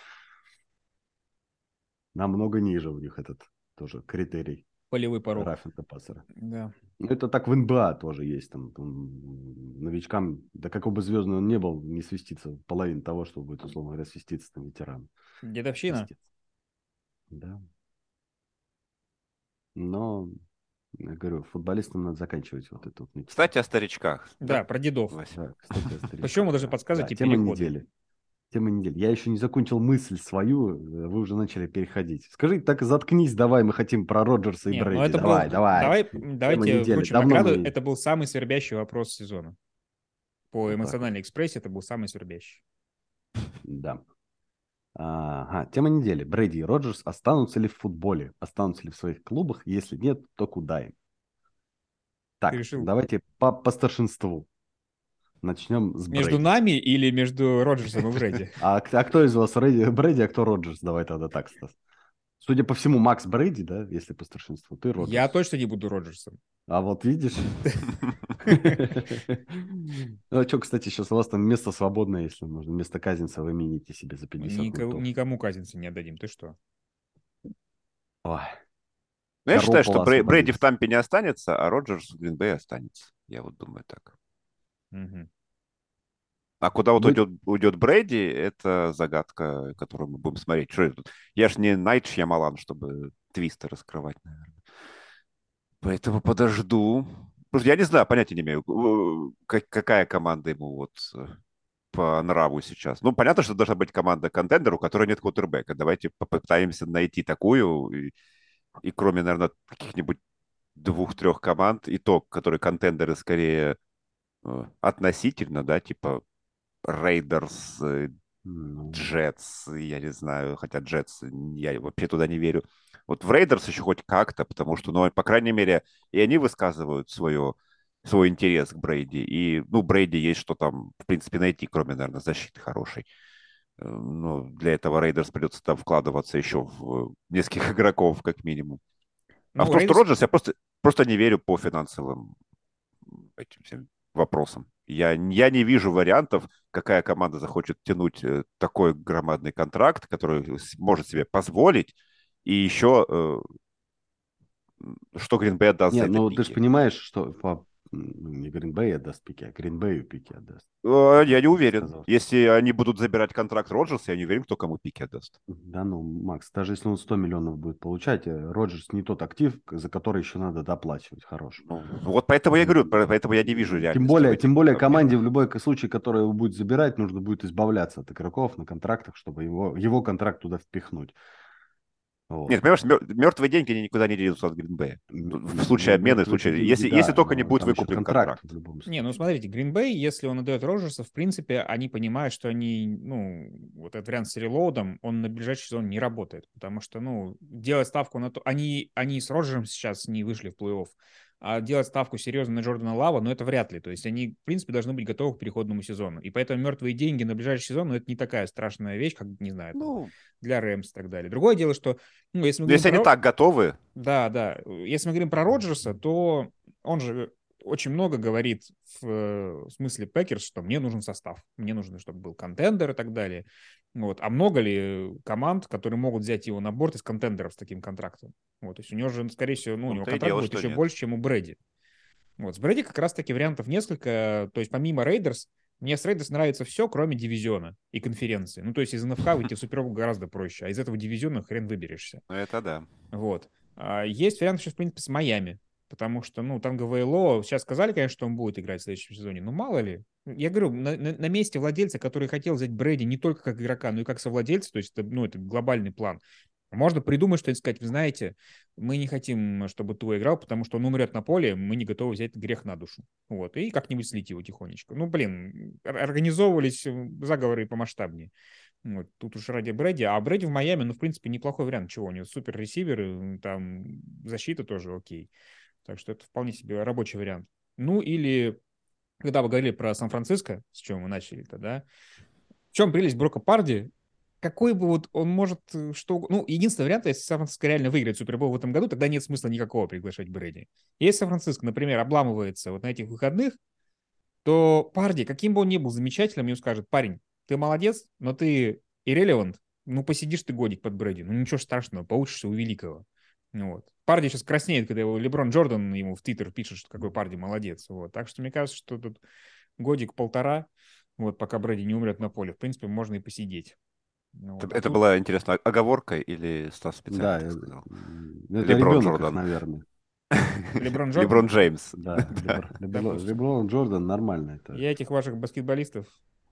Намного ниже у них этот тоже критерий Полевой порог. рафинга пассера. Да. Ну, это так в НБА тоже есть, там новичкам, да какой бы звездный он не был, не свистится половина того, что будет, условно говоря, свиститься там ветеран. Дедовщина. Свистится. Да. Но, я говорю, футболистам надо заканчивать вот эту вот мечту. Кстати, о старичках, да, Да, про дедов. Вася? Да, кстати, о Почему вы старичках, даже да. Да, подсказываете тема переходы? недели. Тема недели. Я еще не закончил мысль свою, вы уже начали переходить. Скажи, так и заткнись, давай, мы хотим про Роджерса и Не, ну Брэди. это был... Давай, давай. Тема Давайте недели. вручим Давно награду. мы... Это был самый свербящий вопрос сезона. По Вот так вот. эмоциональной экспрессии это был самый свербящий. Да. Ага, тема недели. Брэди и Роджерс останутся ли в футболе? Останутся ли в своих клубах? Если нет, то куда им? Ты Так, решил давайте по старшинству. Начнем с между Брэди. нами или между Роджерсом и Брэди? А кто из вас Брэди, а кто Роджерс? Давай тогда так, Стас. Судя по всему, Макс Брэди, да, если по старшинству, ты Я Роджерс. точно не буду Роджерсом. А вот видишь? Ну, а что, кстати, сейчас у вас там место свободное, если можно. Вместо Казинца вы мините себе за 50 ультов. Никому Казинца не отдадим. Ты что? Ой, Ну, я считаю, что Гаропола Брэди в освободить. Тампе не останется, а Роджерс в Гринбей останется. Я вот думаю так. Мгм. А куда вот Вы... уйдет Брэди, это загадка, которую мы будем смотреть. Что это тут? Я ж не Найт Шьямалан, чтобы твисты раскрывать, наверное. Поэтому подожду. Потому что я не знаю, понятия не имею, какая команда ему вот по нраву сейчас. Ну, понятно, что должна быть команда-контендер, у которой нет квотербека. Давайте попытаемся найти такую. И кроме, наверное, каких-нибудь двух-трех команд, и то, которые контендеры скорее относительно, да, типа Рейдерс, Ну, Джетс, я не знаю, хотя Джетс, я вообще туда не верю. Вот в Рейдерс еще хоть как-то, потому что, ну, по крайней мере, и они высказывают свой интерес к Брейди. И, ну, Брейди есть что там, в принципе, найти, кроме, наверное, защиты хорошей. Ну, для этого Рейдерс придется там вкладываться еще в нескольких игроков, как минимум. А в Ну, то, что Рейдерс... Роджерс, я просто не верю по финансовым этим всем вопросам. Я не вижу вариантов, какая команда захочет тянуть такой громадный контракт, который может себе позволить, и еще что Гринбей отдаст за не, это ну ты же пики. понимаешь, что ну, не Гринбей отдаст пики, а Гринбею пики отдаст. Я не Ты же уверен. сказал. Если они будут забирать контракт Роджерса, я не уверен, кто кому пики отдаст. Да ну, Макс, даже если он 100 миллионов будет получать, Роджерс не тот актив, за который еще надо доплачивать, хорош. Ну, вот поэтому я говорю, поэтому я не вижу Тем реальности в более, этих тем более команде обменах. в любой случае, который его будет забирать, нужно будет избавляться от игроков на контрактах, чтобы его контракт туда впихнуть. Нет, Вот. понимаешь, мертвые деньги они никуда не денутся от Гринбея. В случае обмена, в Мертвые это случае, деньги, если да, только не но будет там еще выкуплен контракт контракт. в любом Не, ну случае. смотрите, Гринбей, если он отдает Роджерса, в принципе, они понимают, что они, ну, вот этот вариант с релоудом, он на ближайший сезон не работает, потому что, ну, делать ставку на то... Они с Роджером сейчас не вышли в плей-офф. а делать ставку серьезно на Джордана Лава, но это вряд ли. То есть они, в принципе, должны быть готовы к переходному сезону. И поэтому мертвые деньги на ближайший сезон, ну, это не такая страшная вещь, как, не знаю, там, Ну, для Рэмс и так далее. Другое дело, что, ну, если мы говорим если они про... так готовы, Да, да. Если мы говорим про Роджерса, то он же очень много говорит в смысле Пекерс, что мне нужен состав, мне нужно, чтобы был контендер и так далее. Вот. А много ли команд, которые могут взять его на борт из контендеров с таким контрактом? Вот. То есть у него же, скорее всего, ну, в у него том-то и контракт дело, будет что еще нет. больше, чем у Брэди. Вот. С Брэди как раз-таки вариантов несколько. То есть помимо Рейдерс, мне с Рейдерс нравится все, кроме дивизиона и конференции. Ну, то есть из НФК выйти в Супербол гораздо проще, а из этого дивизиона хрен выберешься. Это да. Вот. Есть вариант еще, в принципе, с Майами, потому что, ну, Танго Вейло, сейчас сказали, конечно, что он будет играть в следующем сезоне, но мало ли. Я говорю, на месте владельца, который хотел взять Брэди не только как игрока, но и как совладельца, то есть это, ну, это глобальный план, можно придумать что-нибудь, сказать, вы знаете, мы не хотим, чтобы Туа играл, потому что он умрет на поле, мы не готовы взять грех на душу. Вот, и как-нибудь слить его тихонечко. Ну, блин, организовывались заговоры помасштабнее. Вот, тут уж ради Брэди. А Брэди в Майами, ну, в принципе, неплохой вариант. Чего? У него супер ресивер, там защита тоже окей. Так что это вполне себе рабочий вариант. Ну, или, когда вы говорили про Сан-Франциско, с чего мы начали-то, да? В чем прелесть Брока Парди? Какой бы вот он может что... Ну, единственный вариант, если Сан-Франциско реально выиграет Супербол в этом году, тогда нет смысла никакого приглашать Брэди. Если Сан-Франциско, например, обламывается вот на этих выходных, то Парди, каким бы он ни был замечательным, ему скажет: парень, ты молодец, но ты irrelevant, ну посидишь ты годик под Брэди, ну ничего страшного, поучишься у великого. Ну вот. Парди сейчас краснеет, когда его Леброн Джордан ему в Твиттер пишет, что какой Парди молодец. Вот. Так что мне кажется, что тут годик-полтора, вот, пока Брэди не умрет на поле, в принципе, можно и посидеть. Ну, вот. А Это тут была интересная оговорка или Стас специально Да, так сказал? это Леброн ребенок их, Джордан. наверное. Леброн Леброн Джордан, Джеймс. Да, Да. допустим. Леброн Джордан нормально. Это... Я этих ваших баскетболистов,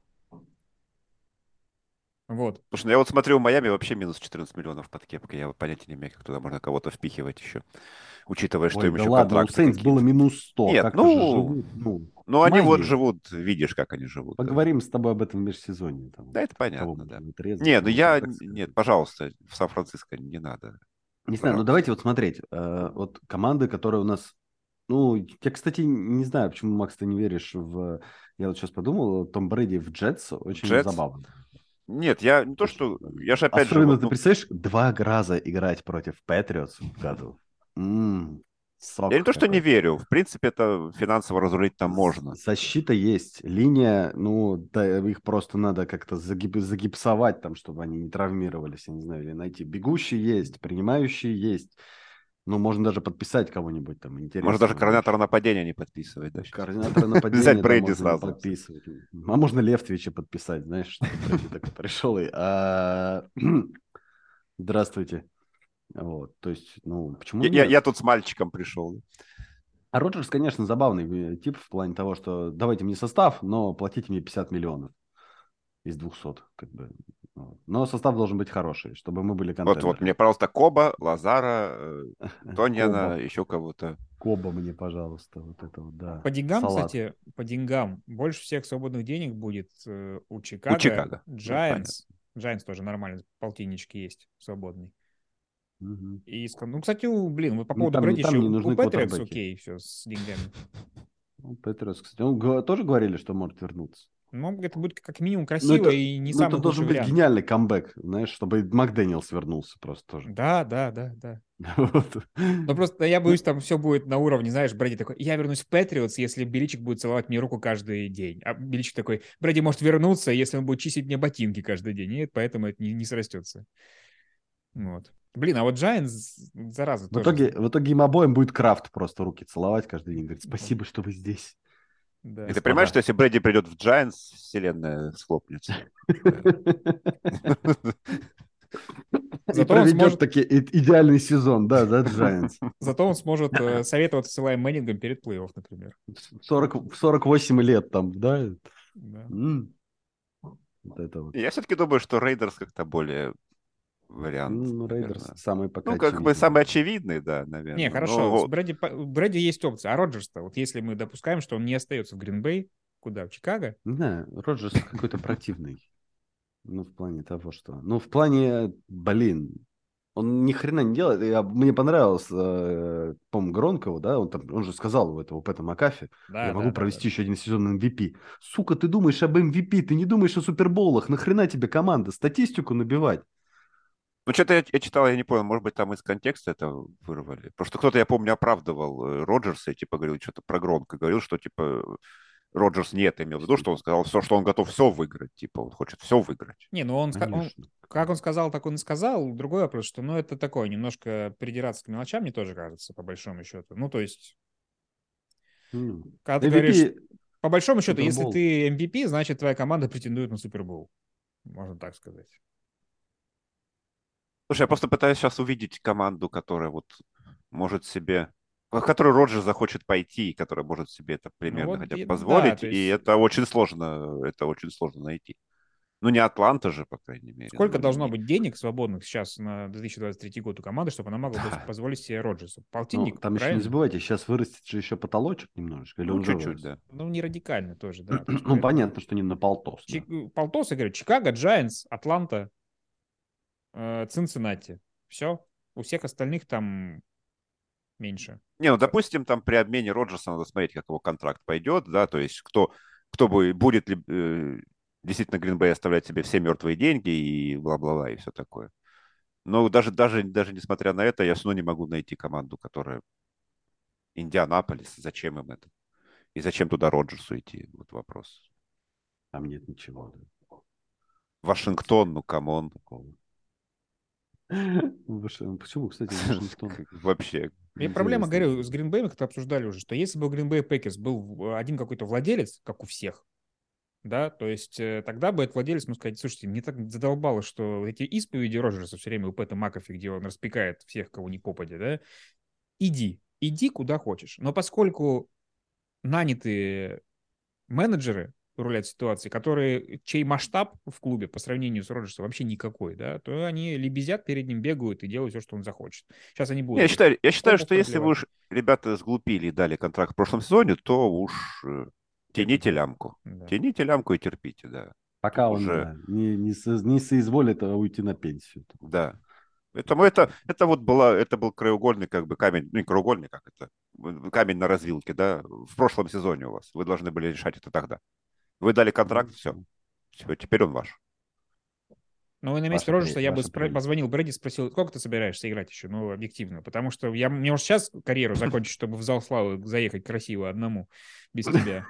вот. Слушай, ну я вот смотрю, в Майами вообще минус 14 миллионов под кепкой. Я вот понятия не имею, как туда можно кого-то впихивать еще, учитывая, что Ой, им да еще ладно, у контракты Сейнс было какие-то. минус 100. Нет, Как-то же ну, живут. Ну, ну они вот магия. живут, видишь, как они живут. Да, Поговорим с тобой об этом в межсезонье. Там, да это кого понятно, да. можно отрезать, Не, ну кого там я, так нет, сказать. пожалуйста, в Сан-Франциско не надо. Не знаю, ну Пожалуйста. давайте вот смотреть. Вот команды, которые у нас... Ну, я, кстати, не знаю, почему, Макс, ты не веришь в... Я вот сейчас подумал, Том Брэди в Джетс очень Джетс? забавно. Нет, я не то, Очень что... забавно. Я же опять же, Особенно, вот, ты ну, представляешь, 2 раза играть против Патриотс в году. я не Сок то, что не какой. верю. В принципе, это финансово разрулить там можно. Защита есть, линия, ну, да, их просто надо как-то загипсовать там, чтобы они не травмировались, я не знаю, или найти. Бегущие есть, принимающие есть. Ну, можно даже подписать кого-нибудь там Можно даже интересного. координатора нападения не подписывать, да, сейчас? Координатора Взять нападения, да, Брейди можно не сразу. подписывать. А можно Левтвича подписать, знаешь, что Брейди такой пришел и... Здравствуйте. Вот, то есть, ну, почему нет? Я тут с мальчиком пришел. А Роджерс, конечно, забавный тип в плане того, что давайте мне состав, но платите мне 50 миллионов из 200, как бы. Вот. Но состав должен быть хороший, чтобы мы были Вот контендеры. мне, пожалуйста, Коба, Лазара, Тоняна, Коба. еще кого-то. Коба мне, пожалуйста, вот это вот, да. По деньгам, Салат. кстати, по деньгам больше всех свободных денег будет у У Чикаго, Чикаго. Ну, понятно. Giants. Giants тоже нормально, полтиннички есть свободный. Мгм. И, ну, кстати, блин, вот по Ну, поводу там, Брэди там еще не у нужны Патриотс квотербеки. окей, все с деньгами. Ну, Патриотс, кстати, тоже говорили, что может вернуться. Но это будет как минимум Ну, красиво и не это самый должен худший быть вариант. гениальный камбэк, знаешь, чтобы Макдэниелс вернулся просто тоже. Да, да, да, да. Вот. Но просто я Ну, боюсь, там все будет на уровне, знаешь, Брэди такой: я вернусь в Патриотс, если Беличик будет целовать мне руку каждый день. А Беличик такой: Брэди может вернуться, если он будет чистить мне ботинки каждый день. И поэтому это не срастется. Вот. Блин, а вот Giants, зараза, В тоже. итоге им обоим будет Крафт просто руки целовать каждый день. Говорит, спасибо, что вы здесь, Да. И ты понимаешь, что господа. если Брэди придет в Giants, вселенная схлопнется. Да. И Зато он проведет сможет, таки идеальный сезон, да, Giants. зато он сможет советоваться с Элай Мэннингом перед плей-офф, например. В 48 лет там, да? Да. Вот это вот. Я все-таки думаю, что Рейдерс как-то более вариант, Ну, Рейдерс наверное. самый пока Ну, как бы очевидный. самый очевидный, да, Не, наверное. хорошо, с Ну, Брэди есть опция. А Роджерс-то, вот если мы допускаем, что он не остается в Грин-Бэй, куда? В Чикаго? Не знаю, Роджерс какой-то противный. Ну, в плане того, что... Ну, в плане, блин, Он ни хрена не делает. Мне понравилось, по-моему, Гронкову, да, он же сказал у Пэта Макафи, я Да, могу да, да, да. провести еще один сезон MVP. Сука, ты думаешь об MVP, ты не думаешь о суперболах, нахрена тебе команда, статистику набивать? Ну, что-то я читал, я не понял, может быть, там из контекста это вырвали. Потому что кто-то, я помню, оправдывал Роджерса и, типа, говорил что-то про Гронка. Говорил, что, типа, Роджерс не это имел в виду, что он сказал все, что он готов все выиграть. Типа, он хочет все выиграть. Не, ну Конечно. как он сказал, так он и сказал. Другой вопрос, что, ну, это такое, немножко придираться к мелочам, мне тоже кажется, по большому счету. Ну, то есть, когда ты говоришь, MVP, по большому счету, если Супербол. ты MVP, значит, твоя команда претендует на Супербол. Можно так сказать. Слушай, я просто пытаюсь сейчас увидеть команду, которая вот может себе... В которую Роджерс захочет пойти, и которая может себе это Ну, примерно вот, хотя бы да, позволить. то И есть, это очень сложно найти. Ну, не Атланта же, по крайней мере. сколько Ну, должно не... быть денег свободных сейчас на 2023 год у команды, чтобы она могла позволить себе Роджерсу? Ну, Полтинник, там еще не правильно? забывайте, сейчас вырастет же еще потолочек немножечко, или Ну, он уже чуть-чуть, вырос? да. Ну, не радикально тоже, да. То есть, Ну, поэтому... понятно, что не на полтос, да. Полтос, я говорю, Чикаго, Джайанс, Атланта, Цинциннати. Все. У всех остальных там меньше. Не, ну, допустим, там при обмене Роджерса надо смотреть, как его контракт пойдет, да, то есть будет ли действительно Гринбей оставлять себе все мертвые деньги и бла-бла-бла и все такое. Но даже несмотря на это, я все равно не могу найти команду, которая Индианаполис, зачем им это? И зачем туда Роджерсу идти? Вот вопрос. Там нет ничего. Да. Вашингтон, ну камон. Такого. Почему, кстати, Вашингтон? Вообще. И проблема, Интересно. говорю, с Гринбэем, как-то обсуждали уже, что если бы у Гринбэй Пекерс был один какой-то владелец, как у всех, да, то есть тогда бы этот владелец мог сказать, слушайте, мне так задолбало, что эти исповеди Роджерса все время у Пэта Макафи, где он распекает всех, кого не попадя, да, иди куда хочешь. Но поскольку нанятые менеджеры рулят ситуацией, чей масштаб в клубе по сравнению с Роджерсом вообще никакой, да, то они лебезят перед ним, бегают и делают все, что он захочет. Сейчас они Не, будут я считаю, обувь что если вы продлевать. уж ребята сглупили и дали контракт в прошлом сезоне, то уж тяните Терпите. лямку. Да. Тяните лямку и терпите, да. Пока Тут он, уже, да, не соизволит уйти на пенсию. да. Поэтому это вот это был краеугольный как бы камень, ну не краеугольный, как это, камень на развилке, да, в прошлом сезоне у вас. Вы должны были решать это тогда. Вы дали контракт, все, теперь он ваш. Но на месте Роджерса я бы Ваша прелесть. позвонил Брэди, спросил, сколько ты собираешься играть еще, ну, объективно, потому что мне уже сейчас карьеру закончить, чтобы в зал славы заехать красиво одному, без тебя.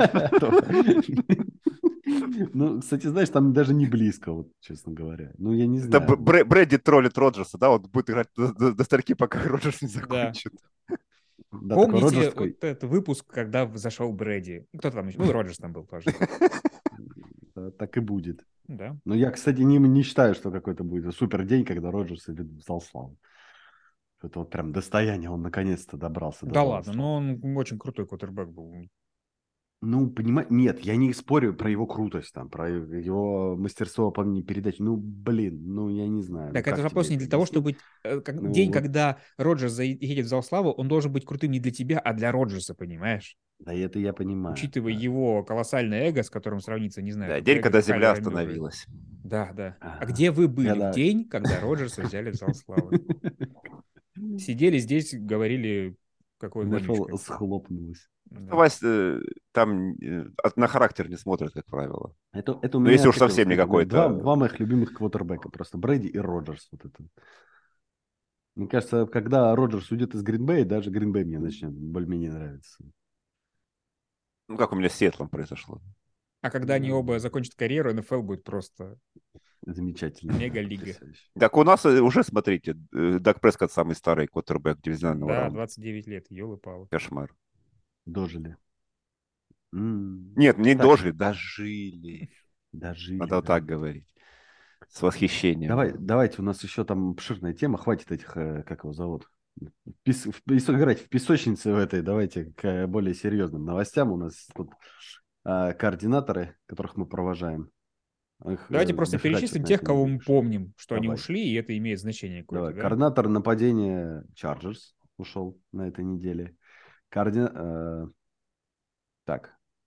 Ну, кстати, знаешь, там даже не близко, вот, честно говоря. Ну, я не Это знаю. Брэди троллит Роджерса, да, он будет играть до стольки, пока Роджерс не Да. закончит. Да, такой Роджерс Помните такой, вот этот выпуск, когда зашел Брэди? Кто там еще? Ну, и Роджерс там был тоже. да, так и будет. Да. Но я, кстати, не считаю, что какой-то будет супер день, когда Роджерс идет в зал славы. Это вот прям достояние, он наконец-то добрался до Да зала ладно, славы. но он очень крутой квотербек был. Ну, понимаешь, нет, я не спорю про его крутость, там, про его мастерство выполнения передач. Ну, блин, ну, я не знаю, ну, Так это как же тебе вопрос не это для того, объяснить? чтобы Ну, день, вот, когда Роджерс едет в зал славы, он должен быть крутым не для тебя, а для Роджерса, понимаешь? да это я понимаю, Учитывая да. его колоссальное эго, с которым сравнится, не знаю, Да, только день, эго когда Земля Кайлера Мюррея. остановилась. Да, да. А Ага. где вы были в Когда... день, когда Роджерса взяли в зал славы? Сидели здесь, говорили, какой NFL вонючка. схлопнулась. Да. Вась, там на характер не смотрят, как правило. Это у Ну, меня, если уж хотел совсем не сказать, у меня два какой-то... моих любимых квотербека, просто Брэди и Роджерс. Вот это. Мне кажется, когда Роджерс уйдет из Гринбэя, даже Гринбэй мне начнет более-менее нравиться. Ну, как у меня с Сиэтлом произошло. А когда они оба закончат карьеру, НФЛ будет просто Замечательно. мега-лига. Потрясающе. Так у нас уже, смотрите, Даг Прескотт самый старый квотербек дивизионного Да, раунда. 29 лет, елы-палы. Кошмар. Дожили. Нет, не Так, дожили, дожили. дожили, Надо вот да. так говорить. С восхищением. Давайте, у нас еще там обширная тема, хватит этих, как его зовут, играть в песочнице в этой, давайте к более серьезным новостям. У нас тут координаторы, которых мы провожаем. Их Давайте просто дофига чё перечислим на тех, этой кого неделе мы ушло. помним, что они Давай. ушли, и это имеет значение какое-то, Давай. да? Координатор нападения Chargers ушел на этой неделе. Так,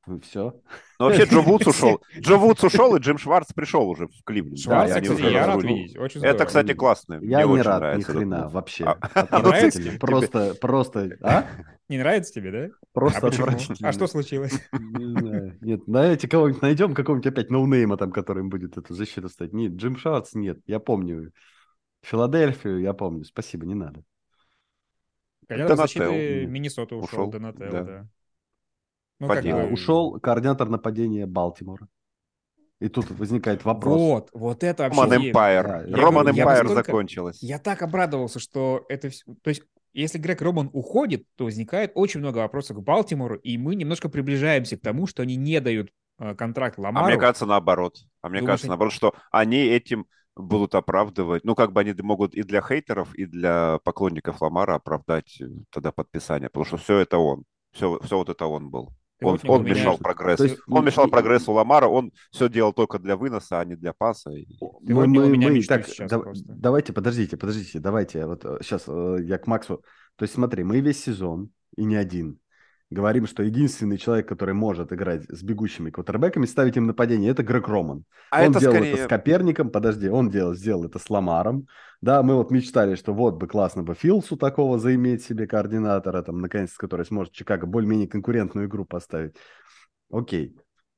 Все. Ну, вообще Джо Вудс ушел. Джо Вудс ушел, и Джим Шварц пришел уже в Кливленд. Шварца, И они кстати, уже я рад разрулили. видеть. Очень Это, здорово. кстати, классно. Я Мне не очень рад ни нравится этот хрена мув. вообще. Не нравится? Отвратительно. Просто, а? Не нравится тебе, да? А Просто почему? А отвратительно. что случилось? Не знаю. Нет, давайте кого-нибудь найдем, какого-нибудь опять ноунейма там, который им будет эту защиту ставить. Нет, Джим Шварц нет, я помню. Филадельфию я помню. Спасибо, не надо. Координатор Донателло защиты Нет. Миннесоты ушел, ушел, Донателло, да, да. Ну, по как делу. бы... Ушел координатор нападения Балтимора. И тут возникает вопрос. Вот это вообще... Роман Эмпайр. Да, Я Роман говорю, я Эмпайр настолько... закончилась. Я так обрадовался, что это... То есть, если Грег Роман уходит, то возникает очень много вопросов к Балтимору, и мы немножко приближаемся к тому, что они не дают контракт А мне Ламару. кажется, наоборот. Думаешь, Что они этим будут оправдывать. Ну, как бы они могут и для хейтеров, и для поклонников Ламара оправдать тогда подписание. Потому что все это он. Все вот это он был. ты вот Он меня... мешал Конечно. То прогрессу. есть Он мешал прогрессу Ламара. Он все делал только для выноса, а не для паса. Ты отнял у меня мы мечту так, сейчас просто. давайте, подождите, давайте, вот сейчас я к Максу. То есть смотри, мы весь сезон, и не один, говорим, что единственный человек, который может играть с бегущими квотербеками, ставить им нападение, это Грег Роман. А Он это делал это с скорее... Коперником, подожди, сделал это с Ламаром. Да, мы вот мечтали, что вот бы классно бы Филсу такого заиметь себе координатора, там, наконец-то, который сможет Чикаго более-менее конкурентную игру поставить. Окей.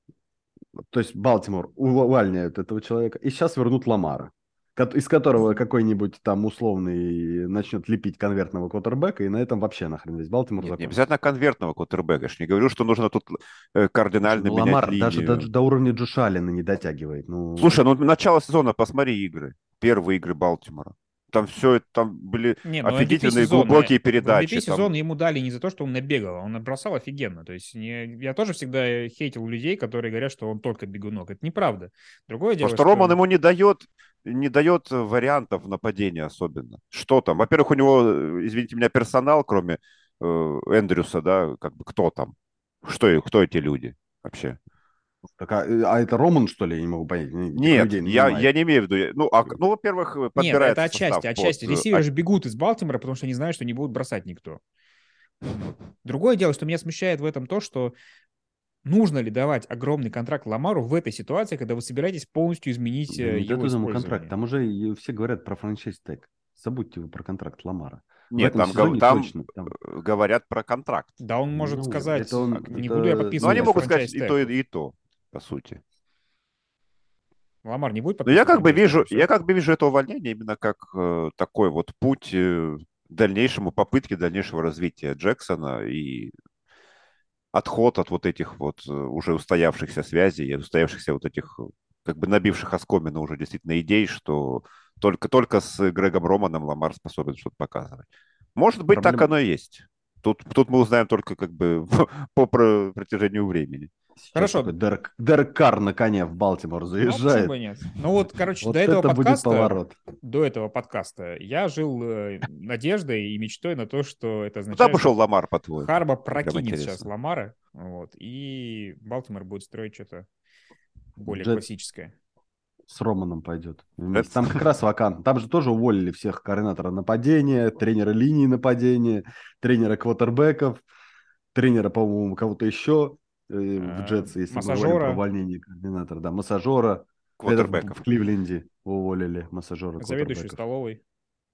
То есть Балтимор увольняют этого человека, и сейчас вернут Ламара, из которого какой-нибудь там условный начнет лепить конвертного квотербека, и на этом вообще нахрен весь Балтимор Нет, не закончится. обязательно конвертного квотербека. Я ж не говорю, что нужно тут Слушай, кардинально ну менять Ламар даже линию. до уровня Джоша Аллена не дотягивает. Ну, Слушай, ну начало сезона, посмотри игры. Первые игры Балтимора. Там все, там были Не, ну MVP офигительные сезона, глубокие в MVP передачи. сезон Там... ему дали не за то, что он набегал, он набросал офигенно. То есть я тоже всегда хейтил людей, которые говорят, что он только бегунок. Это неправда. Другое дело, Просто что... Роман ему не дает вариантов нападения особенно. Что там? Во-первых, у него, извините меня, персонал, кроме Эндрюса, да, как бы кто там? Кто эти люди вообще? так, а это Роман, что ли? Я не могу понять. Этих Нет, людей я нанимает. не имею в виду. Ну, во-первых, Нет, это подбирается состав отчасти. Ресиверы же бегут из Балтимора, потому что они знают, что не будут бросать никто. Вот. Другое дело, что меня смущает в этом то, что нужно ли давать огромный контракт Ламару в этой ситуации, когда вы собираетесь полностью изменить Да не его дадут ему контракт. использование? Там уже все говорят про франчайз-тег. Забудьте вы про контракт Ламара. В Нет, этом там, сезоне точно. говорят про контракт. Да, он может Ну, сказать, это он... не буду я Но они подписывать Нет, могут сказать франчайз и тег. то, и то, по сути. Ламар не будет Но я подписывать как бы франчайз тег, вижу, и я все. как бы вижу это увольнение именно как такой вот путь дальнейшему попытке дальнейшего развития Джексона и отход от вот этих вот уже устоявшихся связей, и устоявшихся вот этих как бы набивших оскомину уже действительно идей, что только с Грегом Романом Ламар способен что-то показывать. Может быть, так проблема... оно и есть. Тут мы узнаем только как бы по протяжению времени. Сейчас такой Хорошо, Дерек Карр на коне в Балтимор ну почему заезжает. бы нет? Ну вот, короче, Вот это будет поворот. до этого подкаста я жил надеждой и мечтой на то, что это Куда означает, пошел что Ламар, по-твоему? Харба Мне прям прокинет сейчас интересно. Ламара, вот, и Балтимор будет строить что-то более Джетс классическое. с Романом пойдет вместе. Джетс? Там как раз вакант. Там же тоже уволили всех координатора нападения, тренера линии нападения, тренера квотербеков, тренера, по-моему, кого-то еще в Джетсе, если мы говорим про Массажера, увольнение координатора. Да, массажера. Это в Квотербеков. Кливленде уволили массажера заведующий квотербеков. столовой.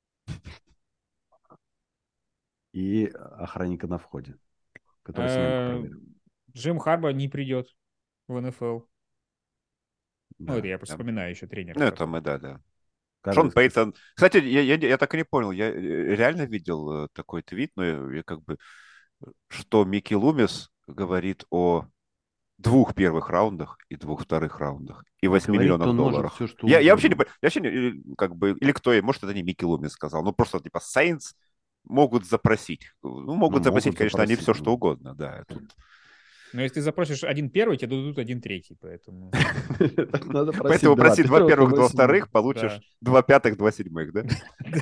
И охранника на входе, который сменку проверил. Джим Харба не придет в НФЛ. Ну, это Да, я просто там вспоминаю еще тренера. Ну, это мы, да. каждый Шон из... Пейтон. Кстати, я так и не понял. Я реально видел такой твит, но я как бы, что Микки Лумис говорит о 2 первых раундах и 2 вторых раундах и 8 Говорит, миллионах он может долларов. все, что Я вообще не угодно. понимаю, я вообще как бы, или кто, может, это не Микки Лумис сказал, ну просто типа Saints могут запросить. Ну, Ну, могут запросить, могут конечно, они запросить. все, что угодно, да. Но если ты запросишь 1-1, тебе дадут 1-3, поэтому... Надо просить Поэтому проси 2 первых, 2 8. вторых, получишь 2 пятых, 2 седьмых, да?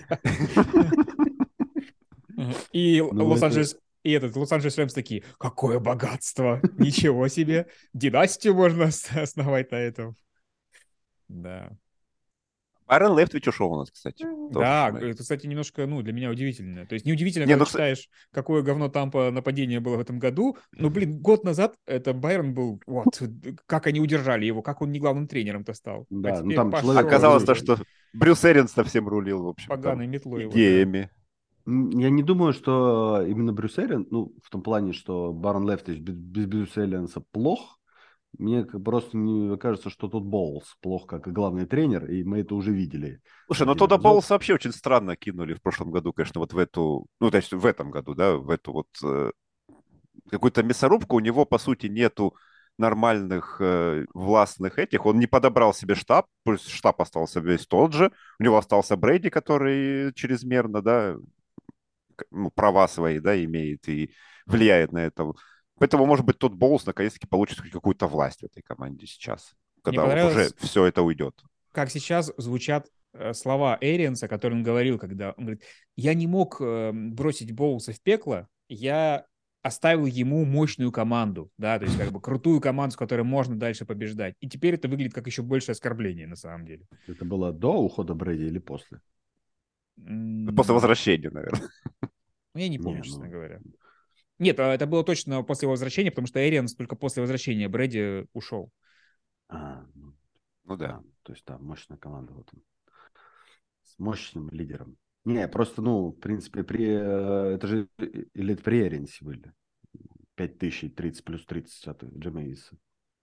И Ну, это... Лос-Анджелес Рэмс такие, какое богатство, ничего себе, династию можно основать на этом. Да. Байрон Лефтвич ушел у нас, кстати. Тоже Да, мы. это, кстати, немножко, для меня удивительно. То есть неудивительно, Не, когда ну, читаешь, какое говно Тампа нападение было в этом году. Но, блин, год назад это Байрон был, вот, как они удержали его, как он не главным тренером-то стал. А Да, ну теперь там человек пошел оказалось такой. то, вообще что Брюс Эринс совсем рулил, в общем, там, поганой метлой его, да. идеями. Я не думаю, что именно Брюс Эллен, ну, в том плане, что Барон Лефтич без Брюса Элленса плох. Мне просто не кажется, что тут Боулс плох как главный тренер, и мы это уже видели. Слушай, ну Один Тодда эпизод. Боулса вообще очень странно кинули в прошлом году, конечно, вот в эту, ну, то есть в этом году, да, в эту вот какую-то мясорубку. У него, по сути, нету нормальных властных этих. Он не подобрал себе штаб, пусть штаб остался весь тот же. У него остался Брейди, который чрезмерно, да, ну, права свои, да, имеет и влияет на это. Поэтому, может быть, тот Боулс наконец-таки получит хоть какую-то власть в этой команде сейчас, Мне когда вот уже понравилось, все это уйдет. как сейчас звучат слова Эриенса, которые он говорил, когда он говорит, я не мог бросить Боулса в пекло, я оставил ему мощную команду, да, то есть как бы крутую команду, с которой можно дальше побеждать. И теперь это выглядит как еще большее оскорбление на самом деле. Это было до ухода Брэди или после? После Ну, возвращения, наверное. я не помню, Не, честно ну, говоря. Нет, это было точно после возвращения, потому что Эриенс только после возвращения Брэди ушел. ну, Ну да. да, то есть да, мощная команда вот он, с мощным лидером. Не, просто, ну, в принципе, это же или это при Эренсе были. 5000, 30 плюс 30 от Джемейса.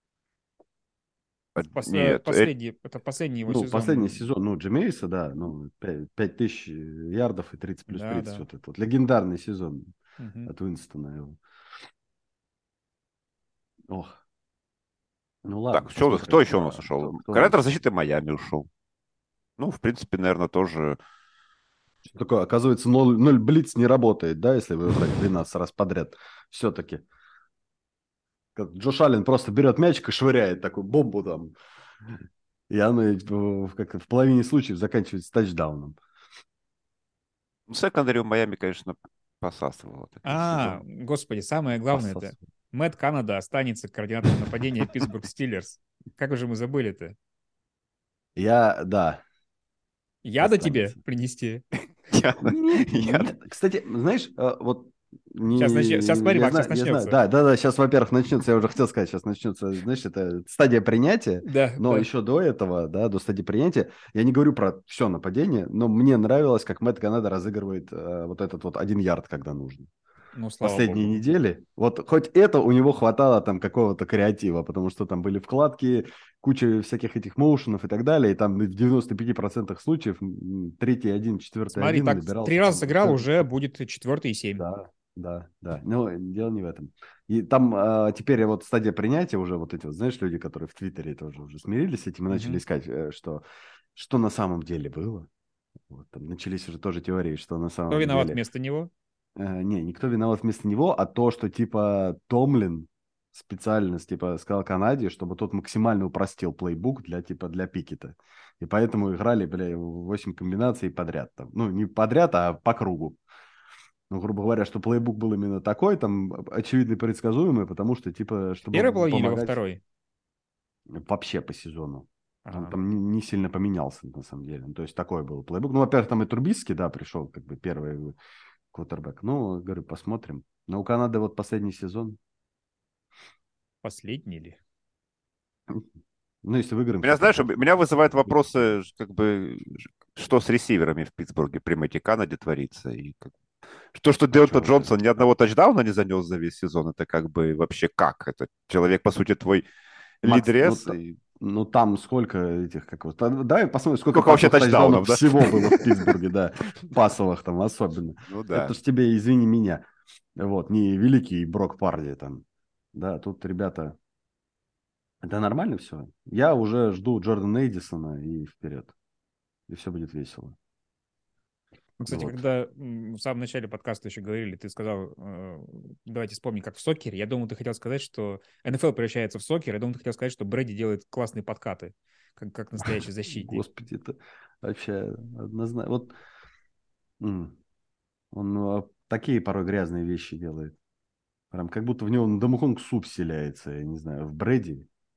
Нет, Это последний его Ну, последний сезон. сезон, ну, Джемейса, да, ну, 5000 ярдов и 30 плюс Да, 30. да. Вот это вот легендарный сезон Мгм. от Уинстона его. Ох, ну ладно, так, кто посмотрим, еще у нас ушел? кто у Координатор нас. защиты Майами ушел. Ну, в принципе, наверное, тоже. Что такое? Оказывается, ноль блиц не работает, да, если выбрать 12 раз подряд. Все-таки. Как Джош Аллен просто берет мячик и швыряет такую бомбу там. И оно как в половине случаев заканчивается тачдауном. Ну, секондари у Майами, конечно, посасывало этот сезон. Господи, самое главное это. Посасывает. Мэтт Канада останется координатором нападения Питтсбург Стиллерс. Как уже мы забыли-то? Да, Яда тебе останется. принести? Я- Кстати, знаешь, вот Сейчас смотри, Макс, сейчас я знаю, начнется. да, сейчас, во-первых, начнется, я уже хотел сказать, сейчас начнется, знаешь, это стадия принятия, Да, но да. еще до этого, да, до стадии принятия, я не говорю про все нападение, но мне нравилось, как Мэтт Канада разыгрывает вот этот вот 1 ярд, когда нужно. Ну, слава Последние богу. недели, вот хоть это у него хватало там какого-то креатива, потому что там были вкладки, куча всяких этих моушенов и так далее, и там в 95% случаев третий один, четвертый Смотри, один так 3 набирался раза там сыграл, уже будет 4-7. да. Но дело не в этом. И там теперь вот стадия принятия уже вот эти вот, знаешь, люди, которые в Твиттере тоже уже смирились с этим и начали Мгм. искать, что на самом деле было. Вот, там начались уже тоже теории, что на Кто самом виноват деле вместо него? Не, никто виноват вместо него, а то, что типа Томлин специально типа сказал Канаде, чтобы тот максимально упростил плейбук для Пикета. И поэтому играли, бля, 8 комбинаций подряд. Там. Ну, не подряд, а по кругу. Ну, грубо говоря, что плейбук был именно такой, там, очевидно предсказуемый, потому что, типа, В первой чтобы половине или во помогать второй? вообще по сезону. Он Ага. там не сильно поменялся, на самом деле. Ну, то есть такой был плейбук. Ну, во-первых, там и Трубицкий, да, пришел, как бы, первый квотербек. Ну, говорю, посмотрим. Но у Канады вот последний сезон. Последний ли? Ну, если выиграем Меня, знаешь, Супербол. меня вызывают вопросы, как бы, что с ресиверами в Питтсбурге при Мэтте Канаде творится. И то, что А Деонта что вот это? Джонсон ни одного тачдауна не занес за весь сезон, это как бы вообще как? Это человек, по сути, твой Макс, лидерес. И ну там сколько этих, как вот, давай посмотрим, сколько сколько вообще пасовых тачдаунов тачдаунов, да? всего было в Питтсбурге, да, пасовых там особенно. Ну Это да. ж тебе, извини меня, вот, не великий Брок Парди там, да, тут ребята, это нормально все. Я уже жду Джордана Эдисона и вперед, и все будет весело. Ну, кстати, Вот. когда в самом начале подкаста еще говорили, ты сказал, давайте вспомним, как в сокере. Я думал, ты хотел сказать, что НФЛ превращается в сокер. Я думал, ты хотел сказать, что Брэди делает классные подкаты, как настоящий защитник. Господи, это вообще однозначно. Вот он такие порой грязные вещи делает. Прям как будто в него на Домухонг суп селяется, я не знаю, в Брэди.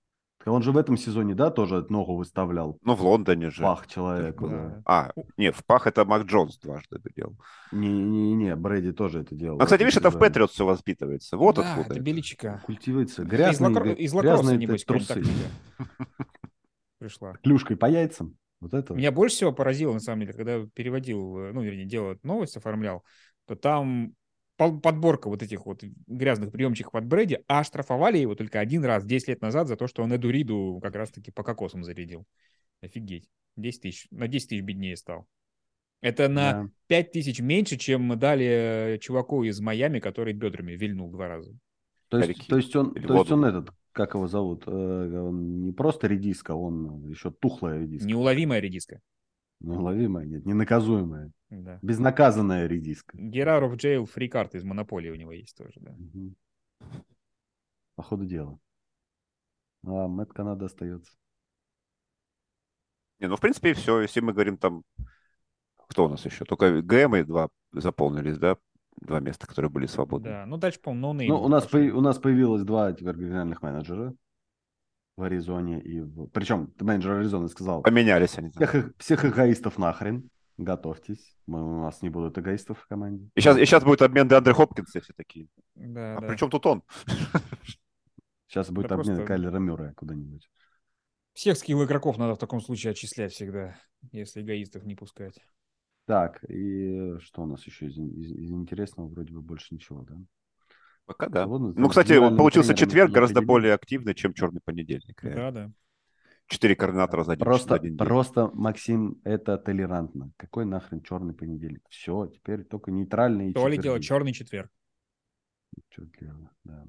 Он же в этом сезоне, да, тоже ногу выставлял. Ну, в Лондоне же. Пах человеку, да. Да. Не, в пах это Мак Джонс дважды это делал. Не-не-не, Брэди тоже это делал А, в кстати, этом видишь, это в сезоне. Патриотс все воспитывается. Вот Да, откуда это это. Беличика. Культивируется. Это Грязные, из лакросса, грязные небось, какая-нибудь трусы. так лига пришла. Клюшкой по яйцам. Вот это. Меня больше всего поразило, на самом деле, когда я переводил, ну, вернее, делал эту новость, оформлял, то там подборка вот этих вот грязных приемчиков от Брэди, а оштрафовали его только один раз, 10 лет назад, за то, что он Эду Риду как раз-таки по кокосам зарядил. Офигеть. 10 тысяч. На 10 тысяч беднее стал. Это на Да. 5 тысяч меньше, чем мы дали чуваку из Майами, который бедрами вильнул 2 раза. То Харри есть Воду. он этот, как его зовут, он не просто редиска, он еще тухлая редиска. Неуловимая редиска. Неуловимая, нет, ненаказуемая. Да. Безнаказанная редиска. Get out of jail, free карты из Монополии у него есть тоже, да. Мгм. По ходу дела. А Мэтт Канада остается. Не, ну, в принципе, и все. Если мы говорим там... Кто у нас еще? Только ГМ и 2 заполнились, да? 2 места, которые были свободны. Да, ну дальше, по-моему, Ну, ноунеймы пошли. у нас появилось 2 теперь генеральных менеджера в Аризоне. Причем менеджер Аризоны сказал, Поменялись они там. всех эгоистов нахрен, готовьтесь. У нас не будут эгоистов в команде. И сейчас будет обмен Деандре Хопкинса, все такие. Да, А да. при чем тут он? Сейчас будет Да обмен просто- Кайлера Мюррея куда-нибудь. Всех скилл игроков надо в таком случае отчислять всегда, если эгоистов не пускать. Так, и что у нас еще из интересного? Вроде бы больше ничего, да? Пока да. Свободно, Ну, с кстати, генеральным получился тренером четверг не гораздо определились. более активный, чем черный понедельник. Да, да. 4 координатора за один день. Просто, Максим, это толерантно. Какой нахрен черный понедельник? Все, теперь только нейтральные То ли четверги. дело черный четверг. Чё дело, да.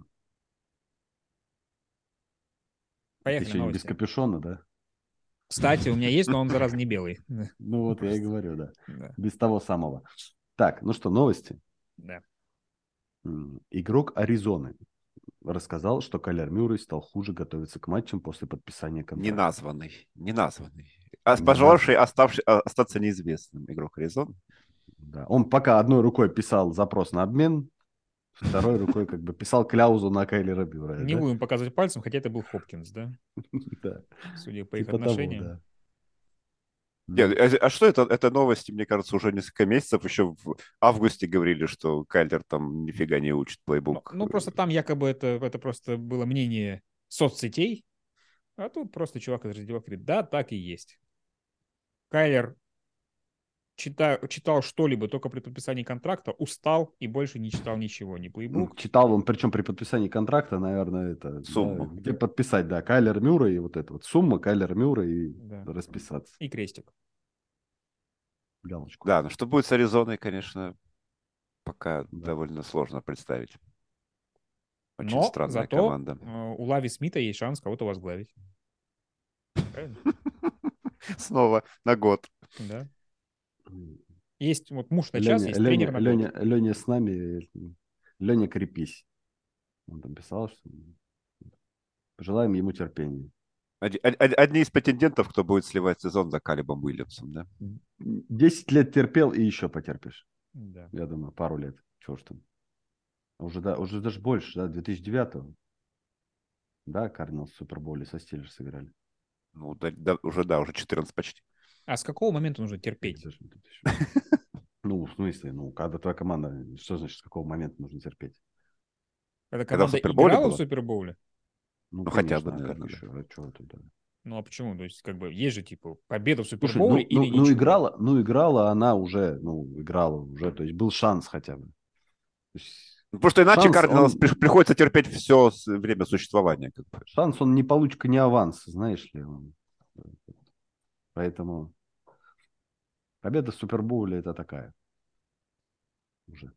Ты Поехали, сегодня без новости. капюшона, да? Кстати, у меня есть, но он, зараза, не белый. Ну вот я и говорю, да. Да, Без того самого. Так, ну что, новости. да. Игрок Аризоны рассказал, что Кайлер Мюррей стал хуже готовиться к матчам после подписания контракта. Не названный. Не Пожелавший названный. остаться неизвестным игрок Аризоны. Да. Он пока одной рукой писал запрос на обмен, второй рукой как бы писал кляузу на Кайлера Мюррея, Не да? будем показывать пальцем, хотя это был Хопкинс, да? Да. Судя по их Типа того, отношениям. да. Нет, а что это? Это новости, мне кажется, уже несколько месяцев. Еще в августе говорили, что Кайлер там нифига не учит плейбук. Ну, просто там якобы это просто было мнение соцсетей, а тут просто чувак из раздевалки говорит, да, так и есть. Кайлер читал что-либо только при подписании контракта, устал и больше не читал ничего, ни плейбук. Читал он, причем при подписании контракта, наверное, это... Сумму. Да, где подписать, да, Кайлер Мюррей и вот это вот сумма, Кайлер Мюррей и Да. расписаться. И крестик. Галочку. Да, но что будет с Аризоной, конечно, пока Да. довольно сложно представить. Очень Но странная зато команда. у Лави Смита есть шанс кого-то возглавить. Правильно? Снова на год. Да. Есть вот муж на час, есть тренер на год. Леня с нами. Леня, крепись. Он там писал, что пожелаем ему терпения. Одни из претендентов, кто будет сливать сезон за Калибом Уильямсом, да? 10 лет терпел и еще потерпишь. Да. Я думаю, пару лет. Чего ж там. Уже даже больше, да, 2009-го. Да, Кардиналс в Суперболе со Стиллерс сыграли. Ну, уже 14 почти. А с какого момента нужно терпеть? Даже тут еще. Ну, в смысле, когда твоя команда, что значит, с какого момента нужно терпеть? Когда Когда в команда Суперболе играла в было? Супербоуле? Ну, хотя бы, конечно, а как наверное, да. еще? А что туда? Ну а почему? То есть, как бы, есть же, типа, победа в Слушай, Супербоуле или ничего? играла она уже, играла уже, то есть был шанс хотя бы. То есть Ну, потому что иначе шанс, Кардиналс приходится терпеть все время существования. Как бы. шанс он не получка, не аванс, знаешь ли. Поэтому победа в Супербоуле это такая уже.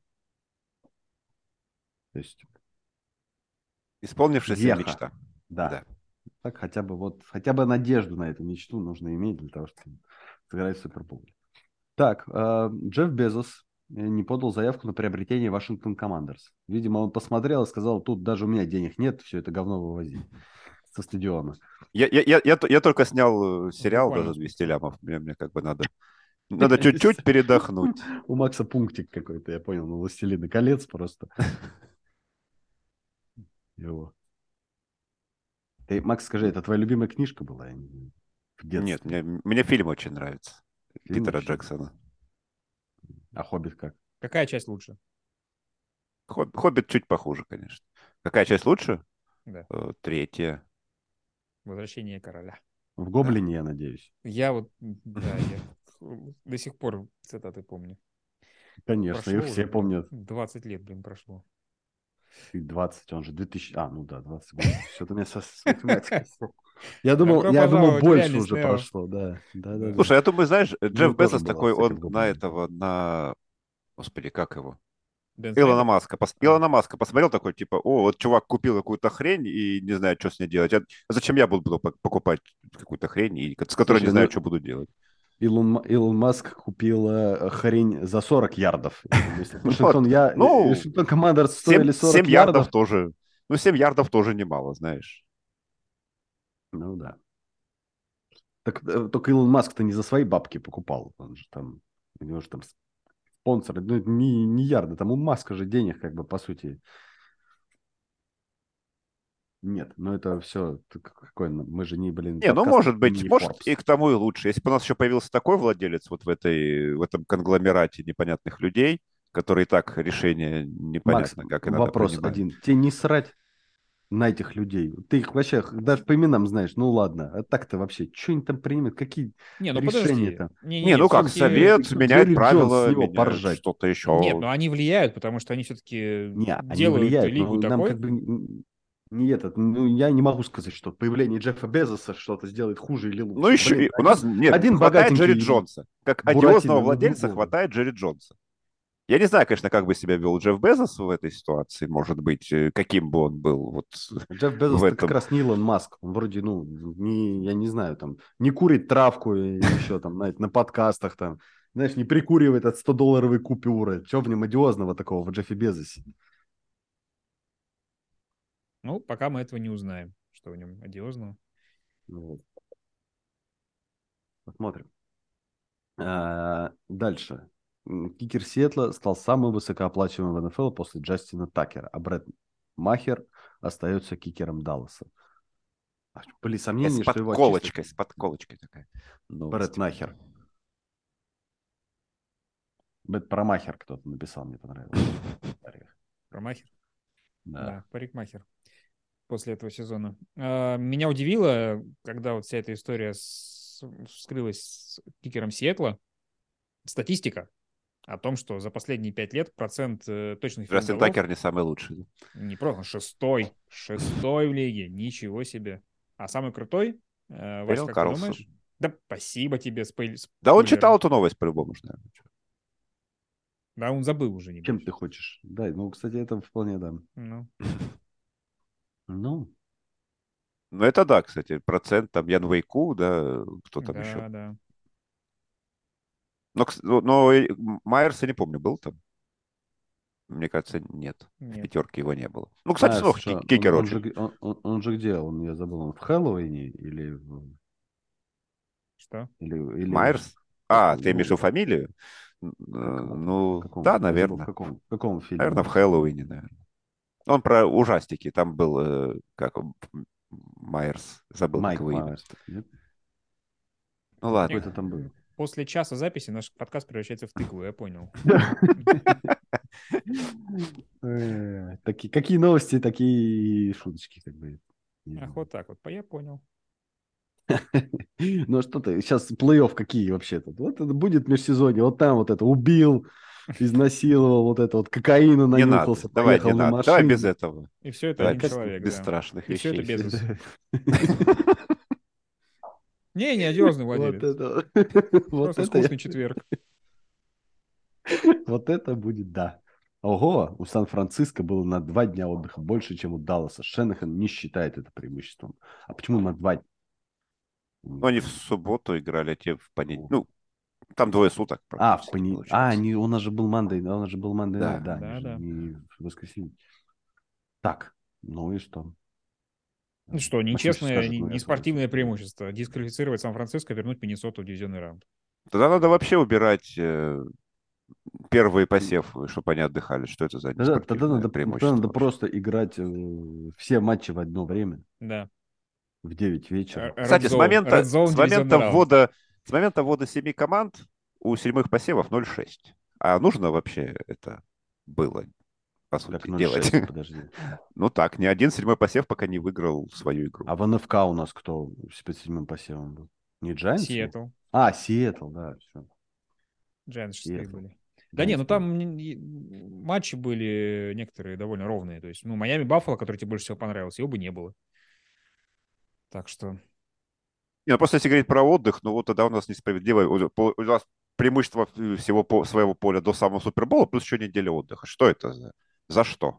То есть Исполнившаяся веха. мечта. Да. Так хотя бы надежду на эту мечту нужно иметь для того, чтобы сыграть в Супербоуле. Так, Джефф Безос не подал заявку на приобретение Вашингтон Командерс. Видимо, он посмотрел и сказал, тут даже у меня денег нет, все это говно вывози со стадиона. Я только снял сериал Буквально даже 200 лямов. Мне как бы надо чуть-чуть передохнуть. У Макса пунктик какой-то, я понял, на «Властелина колец» просто. Его. Ты, Макс, скажи, это твоя любимая книжка была? Я не знаю, в Нет, детстве. мне фильм очень нравится. Фильм Питера вообще? Джексона. А «Хоббит» как? Какая часть лучше? Хоббит чуть похуже, конечно. Какая часть лучше? Да. Третья. «Возвращение короля». В Да. «Гоблине», я надеюсь. Я вот, да, я до сих пор цитаты помню. Конечно, Прошло их все уже, блин, помнят. 20 лет, блин, прошло. И 20, он же 2000... А, ну да, 20 год. Что-то у меня с математикой. Я Добро думал, пожаловать в больше реальность, уже Нео. прошло, да. Да. Да-да-да. Слушай, я думаю, знаешь, У него Джефф тоже Безос было, такой, кстати, в он на «Гоблине». этого, на... Господи, как его? Бен Илона Снайдер? Маска. Илона Маска посмотрел такой, типа, о, вот чувак купил какую-то хрень и не знает, что с ней делать. Зачем я буду покупать какую-то хрень, с которой не Слушай, знаю, ну что буду делать? Илон Маск купил хрень за 40 ярдов. Я думаю, если Ну, вот, ну, Вашингтон Командерс 7, стоили 7 40 ярдов ярдов. тоже. Ну, 7 ярдов тоже немало, знаешь. Ну да. Так только Илон Маск-то не за свои бабки покупал. Он же там, у него же там спонсоры. Ну, не ярды, там у Маска же денег, как бы, по сути, нет. Но это все, какой, мы же не, блин, Не, ну, подкаст может имени может и Forbes. к тому и лучше. Если бы у нас еще появился такой владелец вот в этом конгломерате непонятных людей, которые и так решение Макс, непонятно, как иногда вопрос принимают. один. Тебе не срать на этих людей? Ты их вообще даже по именам знаешь. Ну ладно, а так-то вообще, что они там принимают? Какие Не, ну решения подожди. там? Не, Не-не-не, ну как, все-таки... совет Тут меняет Джерри Джонс с правила, него меняют поржать. что-то Нет, еще. но они влияют, потому что они все-таки Не, они делают влияют, лигу но нам как такой. бы не этот. Ну, я не могу сказать, что появление Джеффа Безоса что-то сделает хуже или Ну, лучше. еще Блин, у нас нет, один хватает Джерри богатенький Джонса. Как одиозного Буратино на владельца другого. хватает Джерри Джонса. Я не знаю, конечно, как бы себя вел Джефф Безос в этой ситуации, может быть, каким бы он был вот Джефф в Безос-то как этом. раз не Илон Маск. Он вроде, ну, я не знаю, там, не курит травку еще там, знаете, на подкастах там. Знаешь, не прикуривает от 100-долларовой купюры. Что в нем одиозного такого в Джеффе Безосе? Ну, пока мы этого не узнаем, что в нем одиозного. Ну вот. Посмотрим. Дальше. Кикер Сиэтла стал самым высокооплачиваемым в НФЛ после Джастина Такера, а Брэд Махер остается кикером Далласа. Были сомнения, что его отчислят. С подколочкой такая Брэд новость. Махер. Брэд Промахер кто-то написал, мне понравилось. Промахер? Да. Да, парикмахер после этого сезона. Меня удивило, когда вот вся эта история вскрылась с кикером Сиэтла, статистика о том, что за последние 5 лет процент точных Джастин филголов Такер не самый лучший. не просто шестой в лиге, ничего себе. А самый крутой, Вась, Эрил как ты Карлсон. думаешь? Да, спасибо тебе, Да он спойлеры. читал эту новость по-любому, же, наверное. Да, он забыл уже, не Чем ты хочешь? Да, ну, кстати, это вполне, да. Ну, Ну, Ну, это да, кстати, процент там Ян Вейку, да, кто там еще. да, да. Но Майерс, я не помню, был там? Мне кажется, нет. В Нет, пятерке его не было. Ну, кстати, Майерс, снова что, кикер очень. он же где? Я забыл, он в Хэллоуине что? или Майерс? А, ты имеешь в ну, виду фамилию? как его там, Ну, да, я забыл, наверное. в каком фильме Наверное, он в сыграл. Хэллоуине, наверное. Он про ужастики. Там был, как он, Майерс. Забыл, как Майк его имя. Майерс, нет? Ну, ладно. Какой-то там был. После часа записи наш подкаст превращается в тыкву, я понял. Какие новости, такие шуточки, как бы. Ах, вот так вот, я понял. Ну, а что ты, сейчас плей-офф какие вообще тут? Вот это будет межсезонье, вот там вот это убил, изнасиловал, вот это вот кокаина Не надо. нанюхался, Давай, поехал не на надо. Давай без машине. этого. И все это Давай один человек, без да. страшных И все это вещей. Безос. Не одиозный Вот владелец. это, вот Просто это, скучный четверг. вот это будет, да. Ого, у Сан-Франциско было на 2 дня отдыха больше, чем у Далласа. Шенахан не считает это преимуществом. А почему на 2 дня? Ну, они в субботу играли, а те в понедельник. Ну, там двое суток практически получается. У нас же был Monday, да, у нас же был Monday Night, Да. да, они Да, же да. не в воскресенье. Так, ну и что? Ну что, В смысле нечестное, скажет, ну не я спортивное согласен. преимущество. Дисквалифицировать Сан-Франциско, вернуть Миннесоту в дивизионный раунд. Тогда надо вообще убирать первые посевы, чтобы они отдыхали. Что это за Тогда неспортивное надо преимущество вообще? просто играть все матчи в одно время. Да. В 9 вечера. Кстати, с Red момента, Zone с дивизионный момента раунд. ввода 7 команд у 7 посевов 0,6. А нужно вообще это было, по Как сути, делать? 0,6, подожди. Ну так, ни один 7 посев пока не выиграл свою игру. А в НФК у нас кто с 7 посевом был? Не Giants? Сиэтл. А, Сиэтл, да, все. Giants 6 Сиэтл. были. Да не, ну там матчи были некоторые довольно ровные. То есть, ну, Майами Баффало, который тебе больше всего понравился, его бы не было. Так что... Не, ну просто если говорить про отдых, ну вот тогда у нас несправедливо. У нас преимущество всего своего поля до самого Супербола, плюс еще неделя отдыха. Что это за что?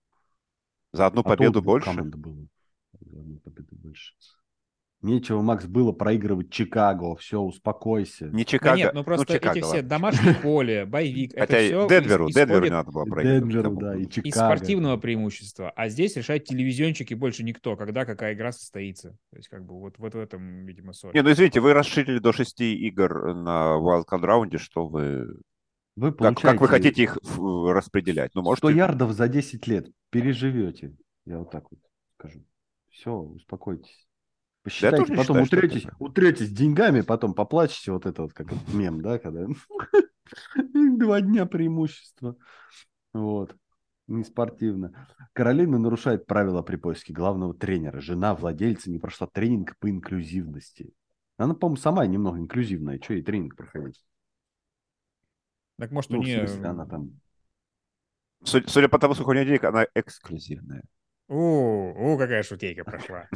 За одну А то у победу 2 больше? команд было. За одну победу больше. Нечего, Макс, было проигрывать Чикаго. Все, успокойся. Не Да нет, Чикаго. ну Ну, просто эти Чикаго, все ладно. домашние поле, боевик, это Хотя все Денверу не исходит надо было И проигрывать Денверу, никому. да, и из Чикаго. спортивного преимущества. А здесь решают телевизиончики больше никто, когда какая игра состоится. То есть как бы вот в этом, видимо, соль. Не, ну извините, вы расширили до 6 игр на wildcard раунде, что вы... Вы Как вы получаете хотите их распределять? Ну, 100 можете... ярдов за 10 лет. Переживете. Я вот так вот скажу. Все, успокойтесь. Да я Посчитайте, тоже не потом считаю, что это... утретесь деньгами, потом поплачете, вот это вот, как этот мем, да, когда 2 дня преимущества. Вот. Неспортивно. Каролина нарушает правила при поиске главного тренера. Жена владельца не прошла тренинг по инклюзивности. Она, по-моему, сама немного инклюзивная. Что ей тренинг проходить? Так может у Ну, в нее... смысле, она там... Судя по тому, сколько у нее денег, она эксклюзивная. Какая шутейка прошла.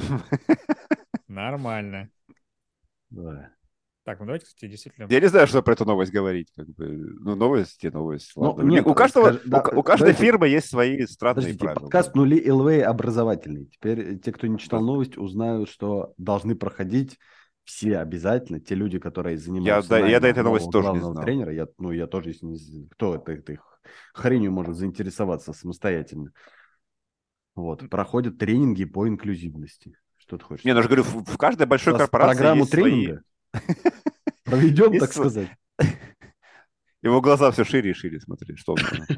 Нормально. Да. Так, ну давайте, кстати, действительно... Я не знаю, что про эту новость говорить. Как бы. Ну, новость и новость. Ну, Ладно. нет, У каждого, да, у каждой давайте, фирмы есть свои странные подождите, правила. подкаст «Нули ЛВ» образовательный. Теперь те, кто не читал новость, узнают, что должны проходить все обязательно. Те люди, которые занимаются Я до наймом этой новости нового тоже не главного знал. тренера, я тоже, если не... Кто этой хренью может заинтересоваться самостоятельно? Вот, проходят тренинги по инклюзивности. Что ты хочешь Не, ну я же сказать? говорю, в каждой большой Сейчас корпорации программу есть свои... тренинга проведем, есть так сказать. Его глаза все шире и шире, смотри, что он там.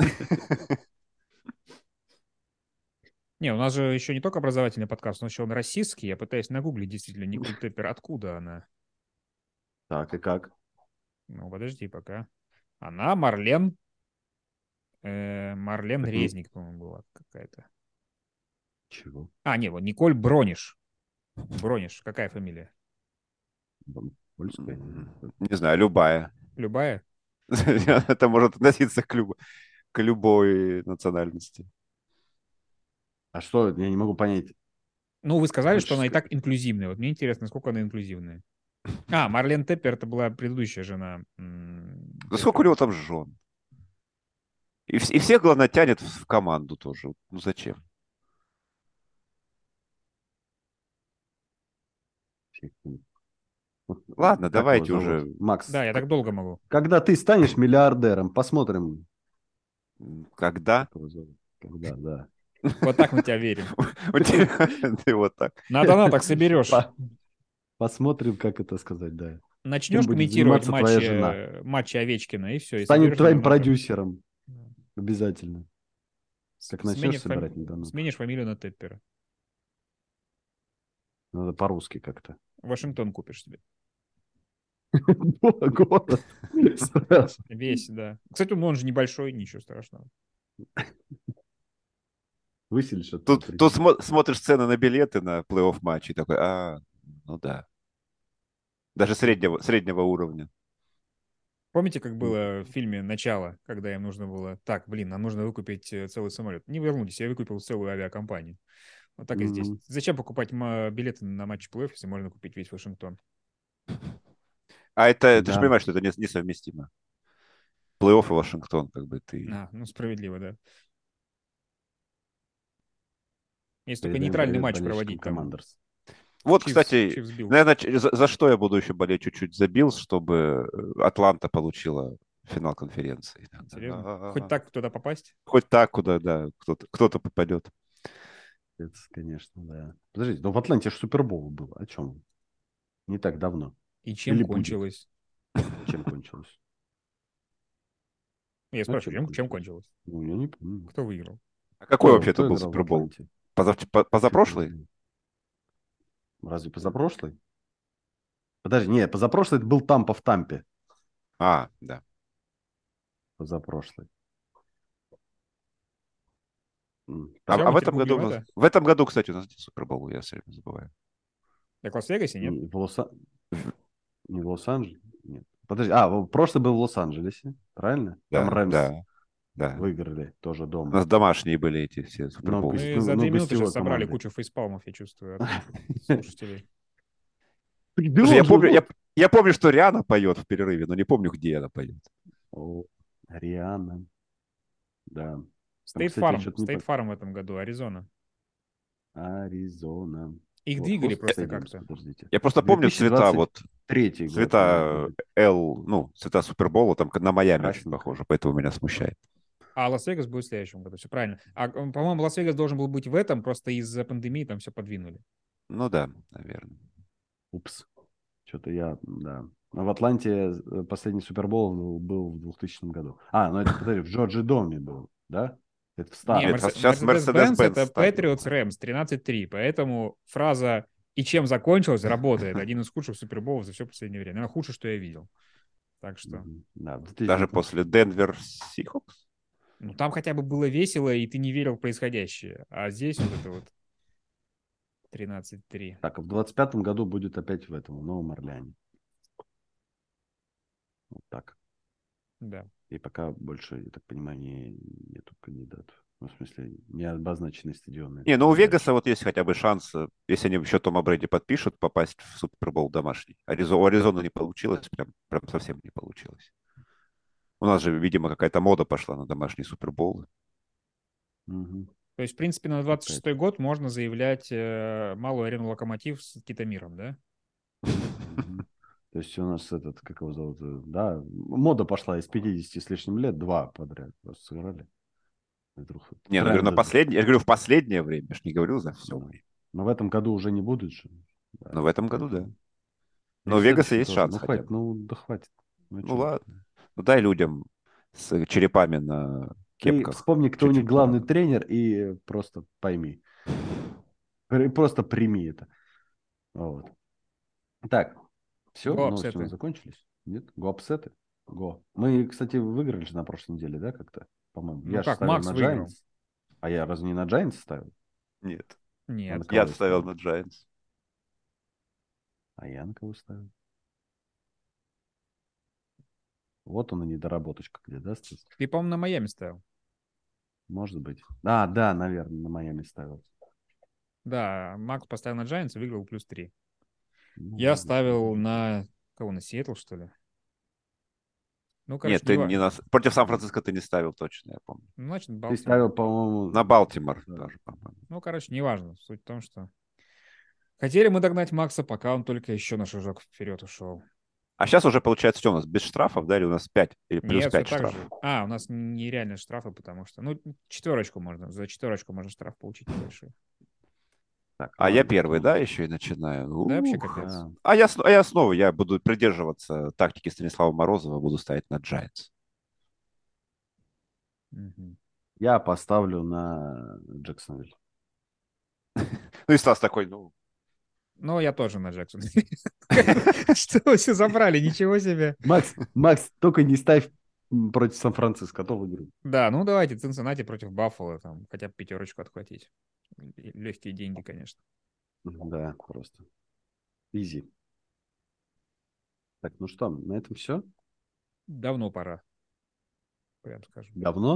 Не, у нас же еще не только образовательный подкаст, у нас еще он российский. Я пытаюсь нагуглить действительно Николь Теппер. Откуда она? Так, и как? Ну, подожди пока. Она Марлен. Марлен Так, Резник, по-моему, была какая-то. Чего? А, не, вот Николь Брониш. Брониш, какая фамилия? Польская? Не знаю, любая. Любая? Это может относиться к любой национальности. А что? Я не могу понять. Ну, вы сказали, что Хочешь она и сказать? так инклюзивная. Вот мне интересно, насколько она инклюзивная. А, Марлен Теппер, это была предыдущая жена. Да сколько у него там жен? И всех, главное, тянет в команду тоже. Ну зачем? Вот, Ладно, как его давайте зовут? уже. Макс. Да, я так долго могу. Когда ты станешь миллиардером, посмотрим, Когда? как его зовут. Когда, да. Вот так мы тебя верим. У тебя ты вот так. На донатах соберешь. Посмотрим, как это сказать, да. Начнешь Чем будет комментировать заниматься твоя жена. матчи Овечкина, и все. И Станет соберешь на твоим донаты. продюсером. Обязательно. Как начнешь собирать на донат. Сменишь фамилию на Теппера. Надо по-русски как-то. Вашингтон купишь себе. Город. Сразу. Весь, да. Кстати, он же небольшой, ничего страшного. Выселишь от Тут смотришь цены на билеты на плей-офф матчи и такой, ну да. Даже среднего уровня. Помните, как было в фильме «Начало», когда им нужно было... Так, нам нужно выкупить целый самолет. Не волнуйтесь, я выкупил целую авиакомпанию. Вот так и здесь. Зачем покупать билеты на матч плей-офф, если можно купить весь Вашингтон? А ты же Да. понимаешь, что это несовместимо. Плей-офф и Вашингтон, как бы ты... Ну справедливо, да. Если только Передаем нейтральный привет матч болельщикам проводить там. Командерс. Вот, Chiefs, кстати, Chiefs Bills. наверное, за что я буду еще болеть чуть-чуть за Биллс, чтобы Атланта получила финал конференции. Серьезно? Хоть так туда попасть? Хоть так, куда, да, кто-то попадет. Это, конечно, да. Подождите, но в Атланте же Супербол был. О чем? Не так давно. И чем Или кончилось? Чем кончилось? Я спрашиваю, чем кончилось? Ну, я не помню. Кто выиграл? А какой вообще Кто это был играл в Супербол? Атланте? Позапрошлый? Разве позапрошлый? Подожди, нет, позапрошлый это был Тампа в Тампе. А, да. Позапрошлый. А Всё, мы в этом гуглим году это? в этом году, кстати, у нас где Супербол, я все время забываю. Так в Лас-Вегасе, нет? Не в Лос-Анджелесе? Нет. Подожди, прошлый был в Лос-Анджелесе, правильно? Там Да, Рэмс да. выиграли тоже У дома. нас домашние были эти все Суперболы. Мы за 2 минуты сейчас гостевой собрали командой. кучу фейспалмов, я чувствую, от слушателей. Да Слушай, он же вот. я помню, что Риана поет в перерыве, но не помню, где она поет. О, Риана. Да. Там, Стейт кстати, я Фарм. что-то не Стейт Фарм в этом году, Аризона. Аризона. Их Вот, двигали Хост просто Stadiums, как-то. подождите. Я просто помню цвета, вот 2023 год цвета будет. цвета Супербола, там на Майами очень Красненькая. похоже, поэтому меня смущает. А Лас-Вегас будет в следующем году, все правильно. По-моему, Лас-Вегас должен был быть в этом, просто из-за пандемии там все подвинули. Ну да, наверное. Упс. Что-то да. Но в Атланте последний Супербол был в 2000 году. Ну это, подожди, в Джорджи Доме был, да? Это в Не, старом. Нет, сейчас Mercedes-Benz Mercedes-Benz это стадион. Patriots Rams 13-3, поэтому фраза «и чем закончилось» работает. Один из худших Суперболов за все последнее время. Наверное, худшее, что я видел. Так что... Да, в Даже 2019. после Денвер Сихокс. Ну, там хотя бы было весело, и ты не верил в происходящее. А здесь вот это вот 13-3. Так, а в 25-м году будет опять в Новом Орлеане. Вот так. Да. И пока больше, я так понимаю, нету кандидатов. Ну, в смысле, не обозначены стадионы. Не, ну у Вегаса вот есть хотя бы шанс, если они еще Тома Брэди подпишут, попасть в Супербол домашний. У Аризоны не получилось, прям совсем не получилось. У нас же, видимо, какая-то мода пошла на домашние Суперболы. Угу. То есть, в принципе, на 26-й год можно заявлять малую арену «Локомотив» с Титамиром, да? То есть у нас как его зовут, да, мода пошла из 50 с лишним лет, 2 подряд просто сыграли. Не, ну говорю, я говорю, в последнее время, я же не говорю за все время. Но в этом году уже не будут же. Да, Но в этом году, да. Но и у в Вегаса следующем есть тоже. шанс Ну, хотя хватит, бы. да хватит. Ну чё? ладно. Ну дай людям с черепами на Ты кепках вспомни, кто у них чуть-чуть главный порадовать. тренер, и просто пойми. Просто прими это. Вот. Так, все, новости у нас Го-апсеты. закончились? Нет? Го-апсеты? Го. Мы, кстати, выиграли же на прошлой неделе, да, как-то? По-моему. Ну Я же как, ставил Макс на выиграл? Giants. А я разве не на Giants ставил? Нет. А на Нет. Я кого ставил ставил? на Giants. А я на кого ставил? Вот он и недоработочка где, да, Стас? Ты, по-моему, на Майами ставил. Может быть. Да, наверное, на Майами ставил. Да, Макс поставил на Giants и выиграл +3. Ну, Я ладно. ставил на... Кого, на Сиэтл, что ли? Ну, короче, Нет, ты не против Сан-Франциско ты не ставил точно, я помню. Ну, значит, Ты Балтимор. ставил, по-моему... На Балтимор да. тоже, по-моему. Ну, короче, неважно. Суть в том, что... Хотели мы догнать Макса, пока он только еще на шажок вперед ушел. А сейчас уже получается, что у нас без штрафов, да, или у нас 5, или плюс Нет, 5 все так штрафов? же. У нас нереальные штрафы, потому что... Ну, за четверочку можно штраф получить небольшой. Так, А я ладно, первый, да, потом. еще и начинаю? Да, вообще Ух. капец. Да. А я снова, я буду придерживаться тактики Станислава Морозова, буду ставить на Giants. Мгм. Я поставлю на Джексонвиль. Ну и Стас такой, ну... Ну, я тоже на Джексон. Что вы все забрали? Ничего себе. Макс, только не ставь против Сан-Франциско, а то выиграю. Да, ну давайте Цинциннати против Баффало, там хотя бы 5 отхватить. Легкие деньги, конечно. Да, просто. Изи. Так, ну что, на этом все? Давно пора. Прям скажем. Говно?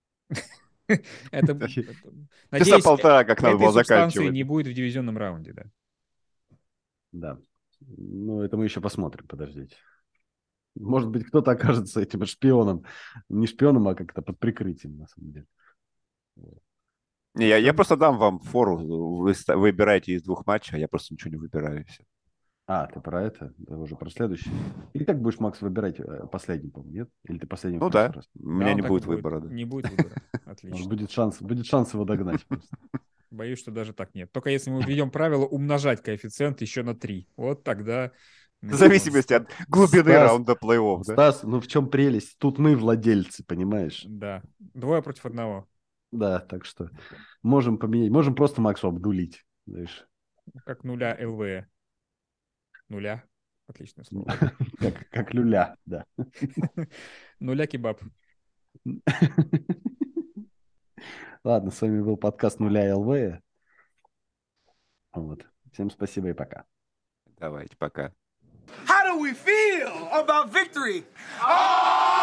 Это, Часа надеюсь, полтора, как надо этой было субстанции заканчивать. не будет в дивизионном раунде, да. Да. Ну, это мы еще посмотрим, подождите. Может быть, кто-то окажется этим шпионом. Не шпионом, а как-то под прикрытием, на самом деле. Не, я просто дам вам фору, вы выбираете из 2 матчей, а я просто ничего не выбираю, и все. Ты про это? Да, уже про следующий. Или как будешь, Макс, выбирать последний, по-моему, нет? Или ты последний в Ну прошлый да, раз? у меня он не так и будет выбора, да. Не будет выбора. Может, Отлично. будет шанс его догнать просто. Боюсь, что даже так нет. Только если мы введем правило умножать коэффициент еще на 3. Вот тогда... В зависимости от глубины Стас, раунда плей-офф, да? Стас, ну в чем прелесть? Тут мы владельцы, понимаешь? Да. 2 против 1. Да, так что можем поменять. Можем просто Максу обдулить. Знаешь. Как нуля ЛВ. Нуля. Отличное слово. Как люля, да. Нуля кебаб. Ладно, с вами был подкаст «Нуля ЛВ». Вот. Всем спасибо и пока. Давайте, пока. How do we feel about victory? Oh!